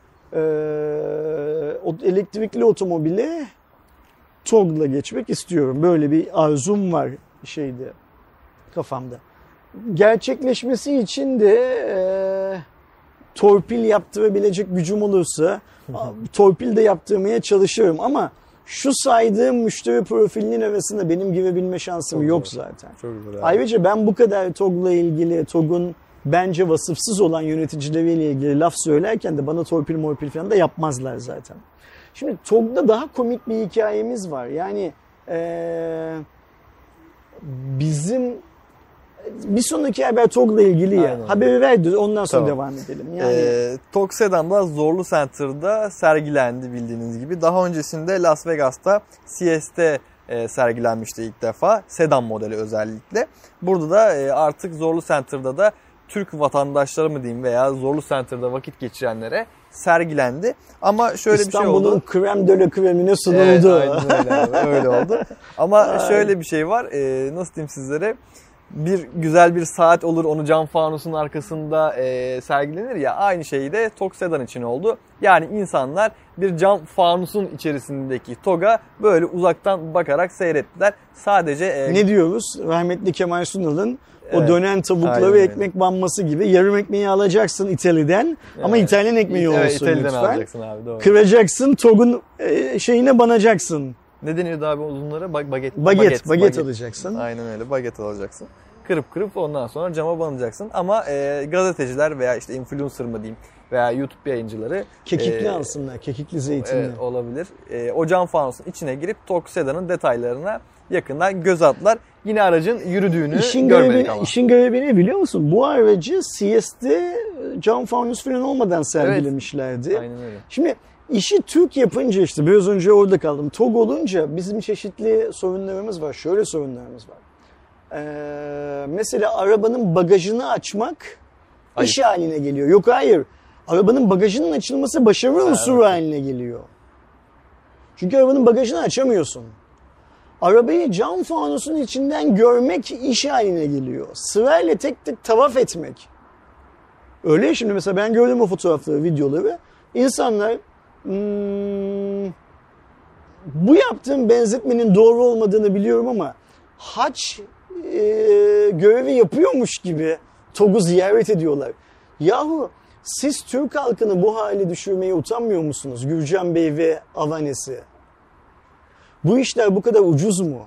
Elektrikli otomobile TOG'la geçmek istiyorum. Böyle bir arzum var kafamda. Gerçekleşmesi için de torpil yaptırabilecek gücüm olursa torpil de yaptırmaya çalışırım. Ama şu saydığım müşteri profilinin arasında benim girebilme şansım çok yok zor. zaten. Çok zor. Ayrıca ben bu kadar TOG'la ilgili, TOG'un bence vasıfsız olan yöneticileriyle ilgili laf söylerken de bana torpil morpil falan da yapmazlar zaten. Şimdi TOG'da daha komik bir hikayemiz var. Yani bizim bir sonraki haber TOG'la ilgili ya. Aynen. Haberi verdi ondan sonra Tamam. devam edelim. Yani TOG Sedan'da Zorlu Center'da sergilendi bildiğiniz gibi. Daha öncesinde Las Vegas'ta CES'te sergilenmişti ilk defa. Sedan modeli özellikle. Burada da artık Zorlu Center'da da Türk vatandaşları mı diyeyim veya Zorlu Center'da vakit geçirenlere sergilendi. Ama şöyle bir şey oldu. İstanbul'un krem de la kremine sunuldu. Evet, aynen öyle abi, öyle oldu. Ama şöyle bir şey var. Nasıl diyeyim sizlere? Bir güzel bir saat olur, onu cam fanusun arkasında sergilenir ya, aynı şey de TOG Sedan için oldu. Yani insanlar bir cam fanusun içerisindeki TOG'a böyle uzaktan bakarak seyrettiler. Sadece ne diyoruz? Rahmetli Kemal Sunal'ın o Evet. dönen tavukları Aynen ekmek banması gibi yarım ekmeği alacaksın İtalya'dan ama İtalyan ekmeği olsun İtalya'dan lütfen. alacaksın abi, doğru. Kıracaksın, TOG'un şeyine banacaksın. Ne deniyordu abi uzunlara? Baget alacaksın. Aynen öyle, baget alacaksın. Kırıp ondan sonra cama banacaksın. Ama gazeteciler veya işte influencer mı diyeyim veya YouTube yayıncıları Kekikli alsınlar, kekikli zeytinli. Evet, olabilir. O cam fanusun içine girip TOG Sedan'ın detaylarına yakından göz attılar. Yine aracın yürüdüğünü görmedik ama. İşin garibi ne biliyor musun? Bu aracı CS'de cam fanus falan olmadan sergilemişlerdi. Evet, aynen öyle. Şimdi işi Türk yapınca işte biraz önce orada kaldım. TOG olunca bizim çeşitli sorunlarımız var. Şöyle sorunlarımız var. Mesela arabanın bagajını açmak iş haline geliyor. Yok hayır. Arabanın bagajının açılması başarı unsuru haline geliyor. Çünkü arabanın bagajını açamıyorsun. Arabayı cam fanusun içinden görmek iş haline geliyor. Sırayla tek tek tavaf etmek. Öyle ya, şimdi mesela ben gördüm o fotoğrafları, videoları. İnsanlar bu yaptığım benzetmenin doğru olmadığını biliyorum ama hac görevi yapıyormuş gibi TOG'u ziyaret ediyorlar. Yahu siz Türk halkını bu hale düşürmeye utanmıyor musunuz? Gürcan Bey ve Avanesi. Bu işler bu kadar ucuz mu?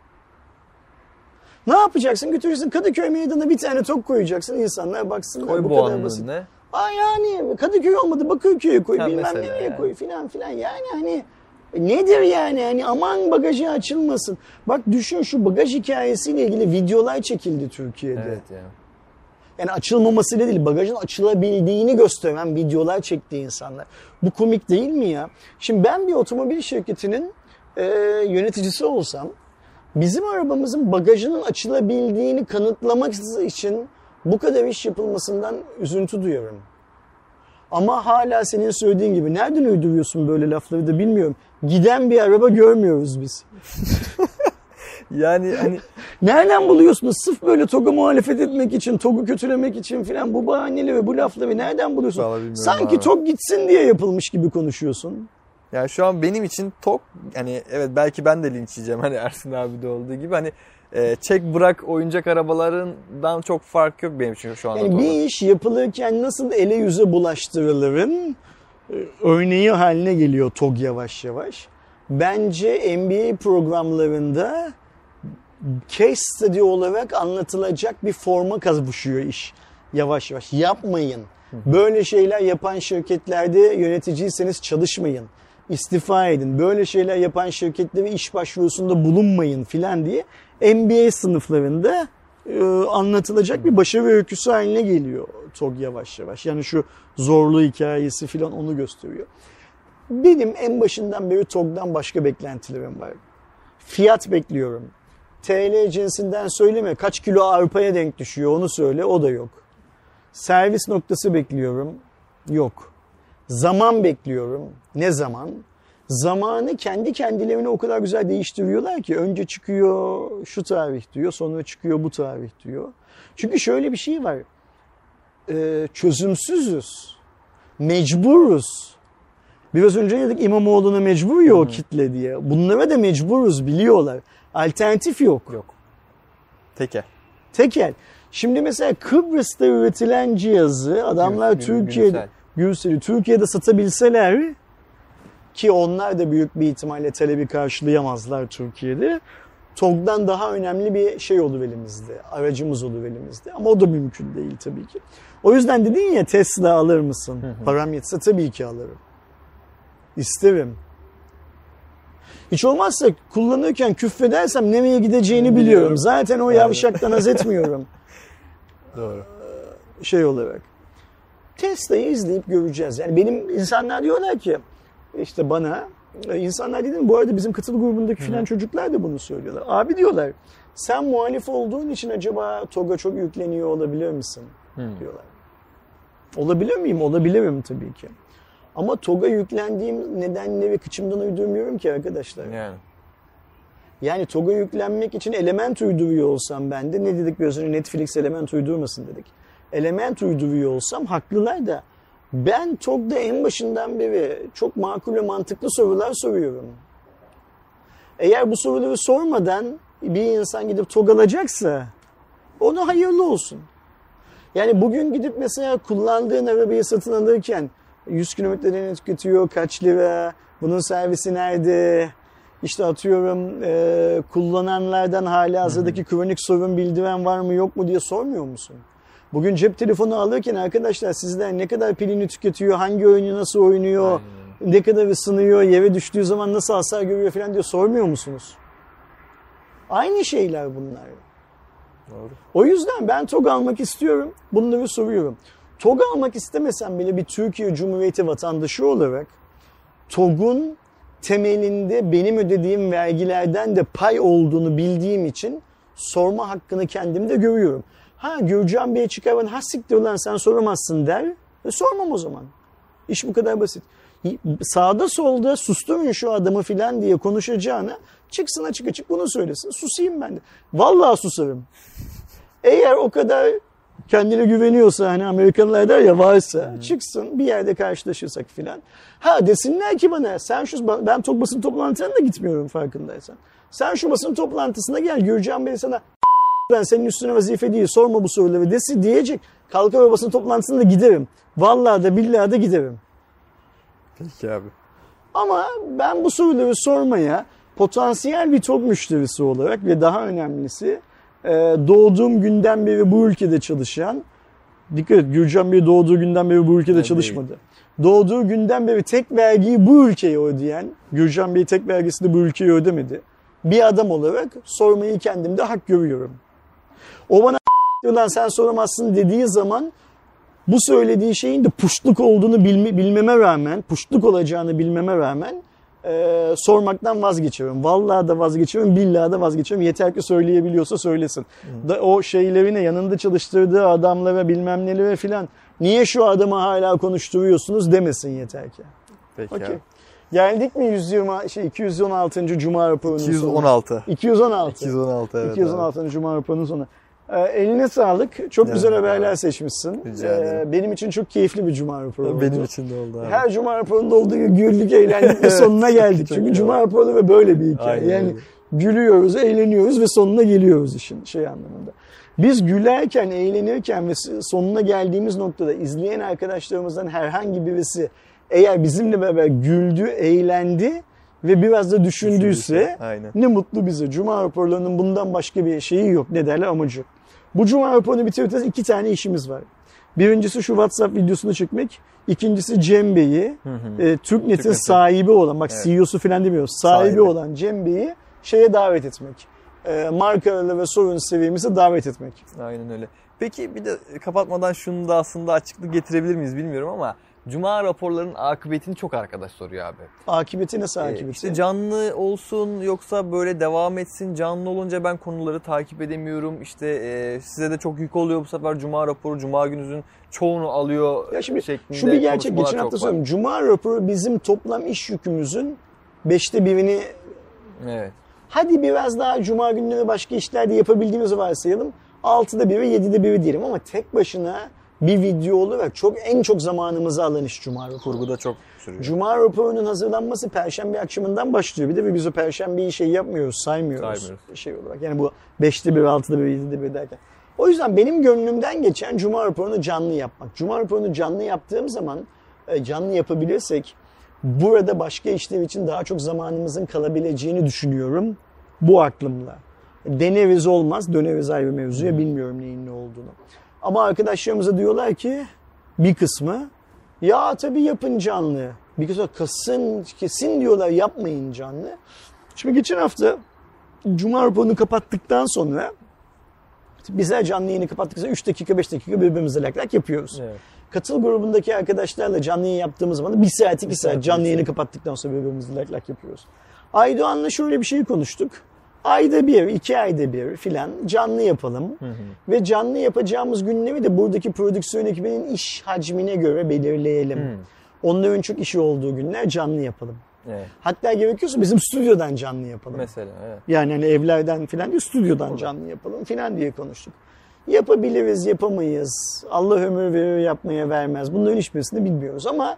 Ne yapacaksın? Götüreceksin Kadıköy Meydanı'na bir tane TOG koyacaksın. İnsanlar baksınlar. Koy bu bu kadar basit. ne? Yani Kadıköy olmadı, Bakırköy'e koy, Ha, bilmem mesela nereye yani. koy filan filan. Yani hani nedir yani? Hani aman bagajı açılmasın. Bak düşün, şu bagaj hikayesiyle ilgili videolar çekildi Türkiye'de. Evet yani. Yani açılmamasıyla değil, bagajın açılabildiğini gösteren videolar çekti insanlar. Bu komik değil mi ya? Şimdi ben bir otomobil şirketinin yöneticisi olsam, bizim arabamızın bagajının açılabildiğini kanıtlamak için bu kadar iş yapılmasından üzüntü duyarım. Ama hala senin söylediğin gibi, nereden uyduruyorsun böyle lafları da bilmiyorum. Giden bir araba görmüyoruz biz. Yani hani Nereden buluyorsunuz? Sırf böyle TOG'a muhalefet etmek için, TOG'u kötülemek için filan bu bahaneleri, bu lafları nereden buluyorsun? Vallahi bilmiyorum Sanki abi. TOG gitsin diye yapılmış gibi konuşuyorsun. yani şu an benim için TOG, hani evet belki ben de linç yiyeceğim hani Ersin abi de olduğu gibi, hani çek bırak oyuncak arabalarından çok fark yok benim için şu anda. Yani bir iş yapılırken nasıl ele yüze bulaştırılırın örneği haline geliyor TOG yavaş yavaş. Bence NBA programlarında case study olarak anlatılacak bir forma kavuşuyor iş yavaş yavaş. Yapmayın. Böyle şeyler yapan şirketlerde yöneticiyseniz çalışmayın. İstifa edin. Böyle şeyler yapan şirketlere iş başvurusunda bulunmayın filan diye MBA sınıflarında anlatılacak bir başarı öyküsü haline geliyor TOG yavaş yavaş. Yani şu zorlu hikayesi filan onu gösteriyor. Benim en başından beri TOG'dan başka beklentilerim var. Fiyat bekliyorum. TL cinsinden söyleme. Kaç kilo arpaya denk düşüyor onu söyle. O da yok. Servis noktası bekliyorum. Yok. Zaman bekliyorum. Ne zaman? Zamanı kendi kendilerine o kadar güzel değiştiriyorlar ki. Önce çıkıyor şu tarih diyor. Sonra çıkıyor bu tarih diyor. Çünkü şöyle bir şey var. Çözümsüzüz. Mecburuz. Biraz önce dedik İmamoğlu'na mecbur ya o kitle diye. Bunlara da mecburuz, biliyorlar. Alternatif yok. Yok. Tekel. Tekel. Şimdi mesela Kıbrıs'ta üretilen cihazı adamlar Türkiye'de Gürsel'i Türkiye'de satabilseler, ki onlar da büyük bir ihtimalle talebi karşılayamazlar Türkiye'de, TOG'dan daha önemli bir şey olur elimizde. Aracımız olur elimizde. Ama o da mümkün değil tabii ki. O yüzden dedin ya, Tesla alır mısın? Param yetse tabii ki alırım. İsterim. Hiç olmazsa kullanırken küfredersem nereye gideceğini biliyorum. Zaten o yavşaktan haz etmiyorum. Doğru. Şey olarak. Tesla'yı izleyip göreceğiz. Yani benim insanlar diyorlar ki, işte bana, insanlar dedim bu arada bizim katıl grubundaki filan çocuklar da bunu söylüyorlar. Abi diyorlar, sen muhalif olduğun için acaba TOG'a çok yükleniyor olabilir misin? Diyorlar. Olabilir miyim? Olabilirim tabii ki. Ama TOG'a yüklendiğim nedenleri kıçımdan uydurmuyorum ki arkadaşlar. Yani TOG'a yüklenmek için element uyduruyor olsam ben de, ne dedik biraz önce, Netflix element uydurmasın dedik. Element uyduruyor olsam haklılar da, ben TOG'da en başından beri çok makul ve mantıklı sorular soruyorum. Eğer bu soruları sormadan bir insan gidip TOG alacaksa ona hayırlı olsun. Yani bugün gidip mesela kullandığın arabayı satın alırken 100 kilometreden tüketiyor, kaç lira, bunun servisi nerede, işte atıyorum kullananlardan halihazırdaki kronik sorun bildiren var mı yok mu diye sormuyor musun? Bugün cep telefonu alırken arkadaşlar sizler ne kadar pilini tüketiyor, hangi oyunu nasıl oynuyor, ne kadar ısınıyor, yere düştüğü zaman nasıl hasar görüyor falan diye sormuyor musunuz? Aynı şeyler bunlar. Doğru. O yüzden ben TOG almak istiyorum, bunları soruyorum. TOG almak istemesem bile bir Türkiye Cumhuriyeti vatandaşı olarak TOG'un temelinde benim ödediğim vergilerden de pay olduğunu bildiğim için sorma hakkını kendimde görüyorum. Ha, Gürcan Bey çıkarın, ha siktir lan sen soramazsın der. Sormam o zaman. İş bu kadar basit. Sağda solda susturun şu adamı filan diye konuşacağına çıksın açık açık bunu söylesin. Susayım ben de. Vallahi susarım. Eğer o kadar kendine güveniyorsa hani Amerikalılar der ya varsa çıksın bir yerde karşılaşırsak filan. Ha desinler ki bana sen ben basın toplantılarına da gitmiyorum farkındaysan. Sen şu basın toplantısına gel Gürcan Bey sana ben senin üstüne vazife değil sorma bu soruları diyecek. Kalkar o basın toplantısına da giderim. Vallahi da billahi da giderim. Peki abi. Ama ben bu soruları sormaya potansiyel bir TOG müşterisi olarak ve daha önemlisi doğduğum günden beri bu ülkede çalışan, dikkat et Gürcan Bey doğduğu günden beri bu ülkede çalışmadı. Doğduğu günden beri tek vergiyi bu ülkeye ödeyen, Gürcan Bey tek vergisini bu ülkeye ödemedi. Bir adam olarak sormayı kendimde hak görüyorum. O bana lan sen soramazsın dediği zaman bu söylediği şeyin de puştluk olduğunu bilmeme rağmen, puştluk olacağını bilmeme rağmen sormaktan vazgeçiyorum. Vallahi da vazgeçiyorum, billahi da vazgeçiyorum. Yeter ki söyleyebiliyorsa söylesin. O şeylerine yanında çalıştırdığı adamlara bilmem nelere filan niye şu adamı hala konuşturuyorsunuz demesin yeter ki. Peki Okay. abi. Geldik mi 216. Cuma raporunun 216. 216. 216 evet. 216. Cuma raporunun sonu. Eline sağlık. Çok güzel haberler abi. seçmişsin. Rica ederim. Benim için çok keyifli bir Cuma raporu oldu. Benim için de oldu abi. Her Cuma raporunda olduğu gibi güldük, eğlendik ve sonuna geldik. Çok Çünkü iyi. Cuma raporu ve böyle bir hikaye. Aynen Yani öyle. gülüyoruz, eğleniyoruz ve sonuna geliyoruz işin anlamında. Biz gülerken, eğlenirken ve sonuna geldiğimiz noktada izleyen arkadaşlarımızdan herhangi birisi eğer bizimle beraber güldü, eğlendi ve biraz da düşündüyse Aynen. ne mutlu bize. Cuma raporlarının bundan başka bir şeyi yok. Ne derler amacı yok. Bu Cuma raporunu bitireceğiz. 2 tane işimiz var. Birincisi şu WhatsApp videosunu çekmek. İkincisi Cem Bey'i, TürkNet'in sahibi olan, bak Evet. CEO'su falan demiyoruz, sahibi Sahibi. olan Cem Bey'i şeye davet etmek. Markalarla ve sorun seviyemize davet etmek. Aynen öyle. Peki bir de kapatmadan şunu da aslında açıklık getirebilir miyiz bilmiyorum ama Cuma raporlarının akıbetini çok arkadaş soruyor abi. Akıbeti nasıl akıbeti? İşte canlı olsun yoksa böyle devam etsin. Canlı olunca ben konuları takip edemiyorum. İşte size de çok yük oluyor bu sefer Cuma raporu. Cuma gününüzün çoğunu alıyor Ya şimdi şeklinde şu bir gerçek. konuşmalar Geçen hafta çok var. söyleyeyim. Cuma raporu bizim toplam iş yükümüzün 5'te 1'ini Evet. hadi biraz daha Cuma günleri başka işlerde yapabildiğimizi varsayalım. 6'da 1'i 7'de 1'i diyelim ama tek başına bir video olarak en çok zamanımızı alan iş Cuma raporu. Kurguda çok sürüyor. Cuma raporunun hazırlanması Perşembe akşamından başlıyor. Bir de biz o Perşembeyi yapmıyoruz, saymıyoruz. Şey olarak. Yani bu 5'te 1, 6'da 1, 7'de 1 derken. O yüzden benim gönlümden geçen Cuma raporunu canlı yapmak. Cuma raporunu canlı yaptığım zaman, canlı yapabilirsek burada başka işler için daha çok zamanımızın kalabileceğini düşünüyorum. Bu aklımla. Deneriz olmaz, döneriz ayrı mevzuya, bilmiyorum neyin ne olduğunu. Ama arkadaşlarımıza diyorlar ki bir kısmı ya tabii yapın canlı. Bir kısmı kesin diyorlar yapmayın canlı. Şimdi geçen hafta Cuma raporunu kapattıktan sonra bizler canlı yayını kapattıktan sonra 3 dakika 5 dakika birbirimize lak yapıyoruz. Evet. Katıl grubundaki arkadaşlarla canlı yayın yaptığımız zaman da 1 saat 2 saat canlı yayını kapattıktan sonra birbirimize lak yapıyoruz. Aydoğan'la şöyle bir şey konuştuk. Ayda bir, 2 ayda bir filan canlı yapalım. Ve canlı yapacağımız günleri de buradaki prodüksiyon ekibinin iş hacmine göre belirleyelim. Onların çok işi olduğu günler canlı yapalım. Evet. Hatta gerekiyorsa bizim stüdyodan canlı yapalım. Mesela evet. Yani hani evlerden filan değil, stüdyodan canlı yapalım filan diye konuştuk. Yapabiliriz, yapamayız. Allah ömür verir, yapmaya vermez. Bunların hiçbirisini bilmiyoruz ama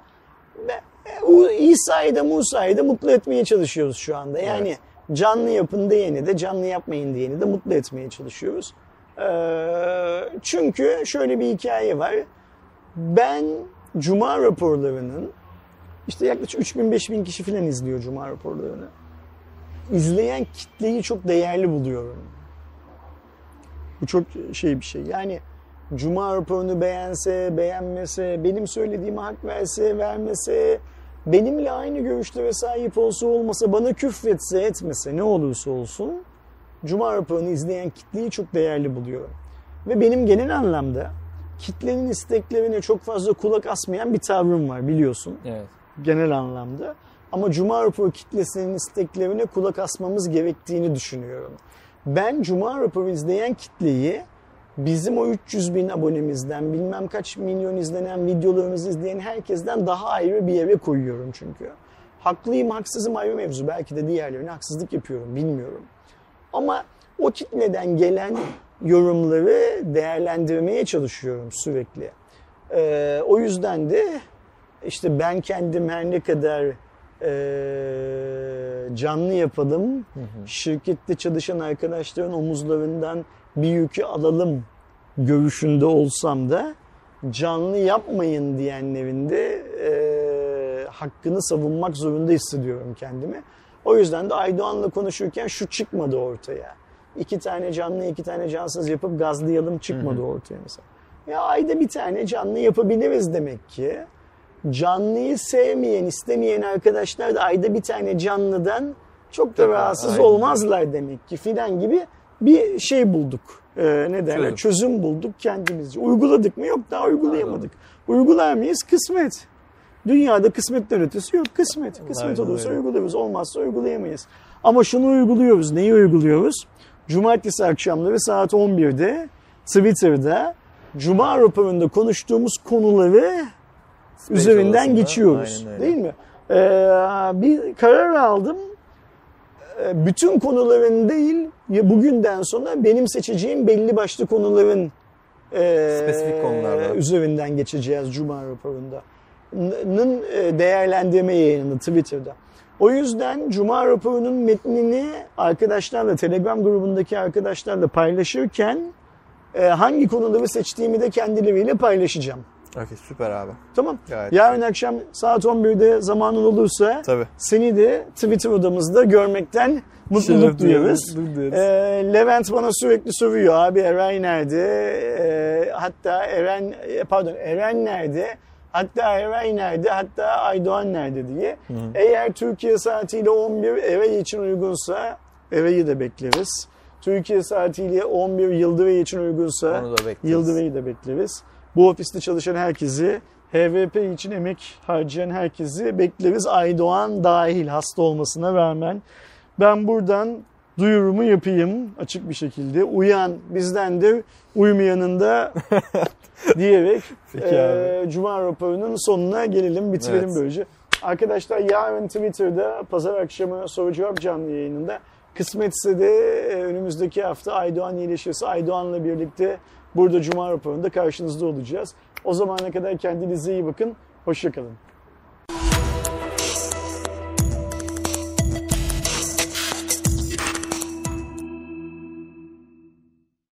İsa'yı da Musa'yı da mutlu etmeye çalışıyoruz şu anda. Yani canlı yapın diyeni de canlı yapmayın diyeni de mutlu etmeye çalışıyoruz. Çünkü şöyle bir hikaye var. Ben Cuma raporlarının işte yaklaşık 3000-5000 kişi falan izliyor Cuma raporlarını. İzleyen kitleyi çok değerli buluyorum. Bu çok bir şey. Yani Cuma raporunu beğense, beğenmese, benim söylediğime hak verse, vermese, benimle aynı görüşlere sahip olsa olmasa, bana küfretse, etmese, ne olursa olsun Cuma raporunu izleyen kitleyi çok değerli buluyorum. Ve benim genel anlamda kitlenin isteklerine çok fazla kulak asmayan bir tavrım var biliyorsun. Evet. Genel anlamda. Ama Cuma raporu kitlesinin isteklerine kulak asmamız gerektiğini düşünüyorum. Ben Cuma raporu izleyen kitleyi bizim o 300 bin abonemizden, bilmem kaç milyon izlenen videolarımızı izleyen herkesten daha ayrı bir yere koyuyorum çünkü. Haklıyım, haksızım ayrı mevzu. Belki de diğerlerine haksızlık yapıyorum, bilmiyorum. Ama o kitleden gelen yorumları değerlendirmeye çalışıyorum sürekli. O yüzden de işte ben kendim her ne kadar canlı yapalım, şirkette çalışan arkadaşların omuzlarından bir yükü alalım görüşünde olsam da canlı yapmayın diyenlerin de hakkını savunmak zorunda hissediyorum kendimi. O yüzden de Aydoğan'la konuşurken şu çıkmadı ortaya. 2 tane canlı, 2 tane cansız yapıp gazlayalım çıkmadı ortaya mesela. Ya ayda bir tane canlı yapabiliriz demek ki. Canlıyı sevmeyen, istemeyen arkadaşlar da ayda bir tane canlıdan çok da rahatsız olmazlar demek ki filan gibi bir şey bulduk. Ne derler? Çözüm bulduk kendimizce. Uyguladık mı? Yok, daha uygulayamadık. Uygular mıyız? Kısmet. Dünyada kısmetten ötesi yok. Kısmet. Kısmet olursa uygularız. Olmazsa uygulayamayız. Ama şunu uyguluyoruz. Neyi uyguluyoruz? Cumartesi akşamları saat 11'de Twitter'da Cuma raporunda konuştuğumuz konuları üzerinden geçiyoruz. Değil mi? Bir karar aldım. Bütün konuların değil, bugünden sonra benim seçeceğim belli başlı konuların spesifik konulardan üzerinden geçeceğiz Cuma raporunda. Değerlendirme yayını Twitter'da. O yüzden Cuma raporunun metnini arkadaşlarla, Telegram grubundaki arkadaşlarla paylaşırken hangi konuları seçtiğimi de kendileriyle paylaşacağım. Okay, süper abi. Tamam. Gayet yarın akşam saat 11'de zamanın olursa seni de Twitter odamızda görmekten mutluluk duyuyoruz. Levent bana sürekli soruyor. Abi Eren nerede? Eren nerede? Hatta Eray nerede? Hatta Aydoğan nerede diye. Eğer Türkiye saatiyle 11 Eray için uygunsa Eray'ı da bekleriz. Türkiye saatiyle 11 Yıldıray için uygunsa Yıldıray'ı da bekleriz. Bu ofiste çalışan herkesi, HVP için emek harcayan herkesi bekleriz. Aydoğan dahil, hasta olmasına rağmen. Ben buradan duyurumu yapayım açık bir şekilde. Uyan bizdendir, uyumayanın da diyerek Cuma raporunun sonuna gelelim, bitirelim böylece. Arkadaşlar yarın Twitter'da pazar akşamı soru cevap canlı yayınında, kısmetse de önümüzdeki hafta Aydoğan iyileşirse Aydoğan'la birlikte burada Cuma raporunda karşınızda olacağız. O zamana kadar kendinize iyi bakın. Hoşça kalın.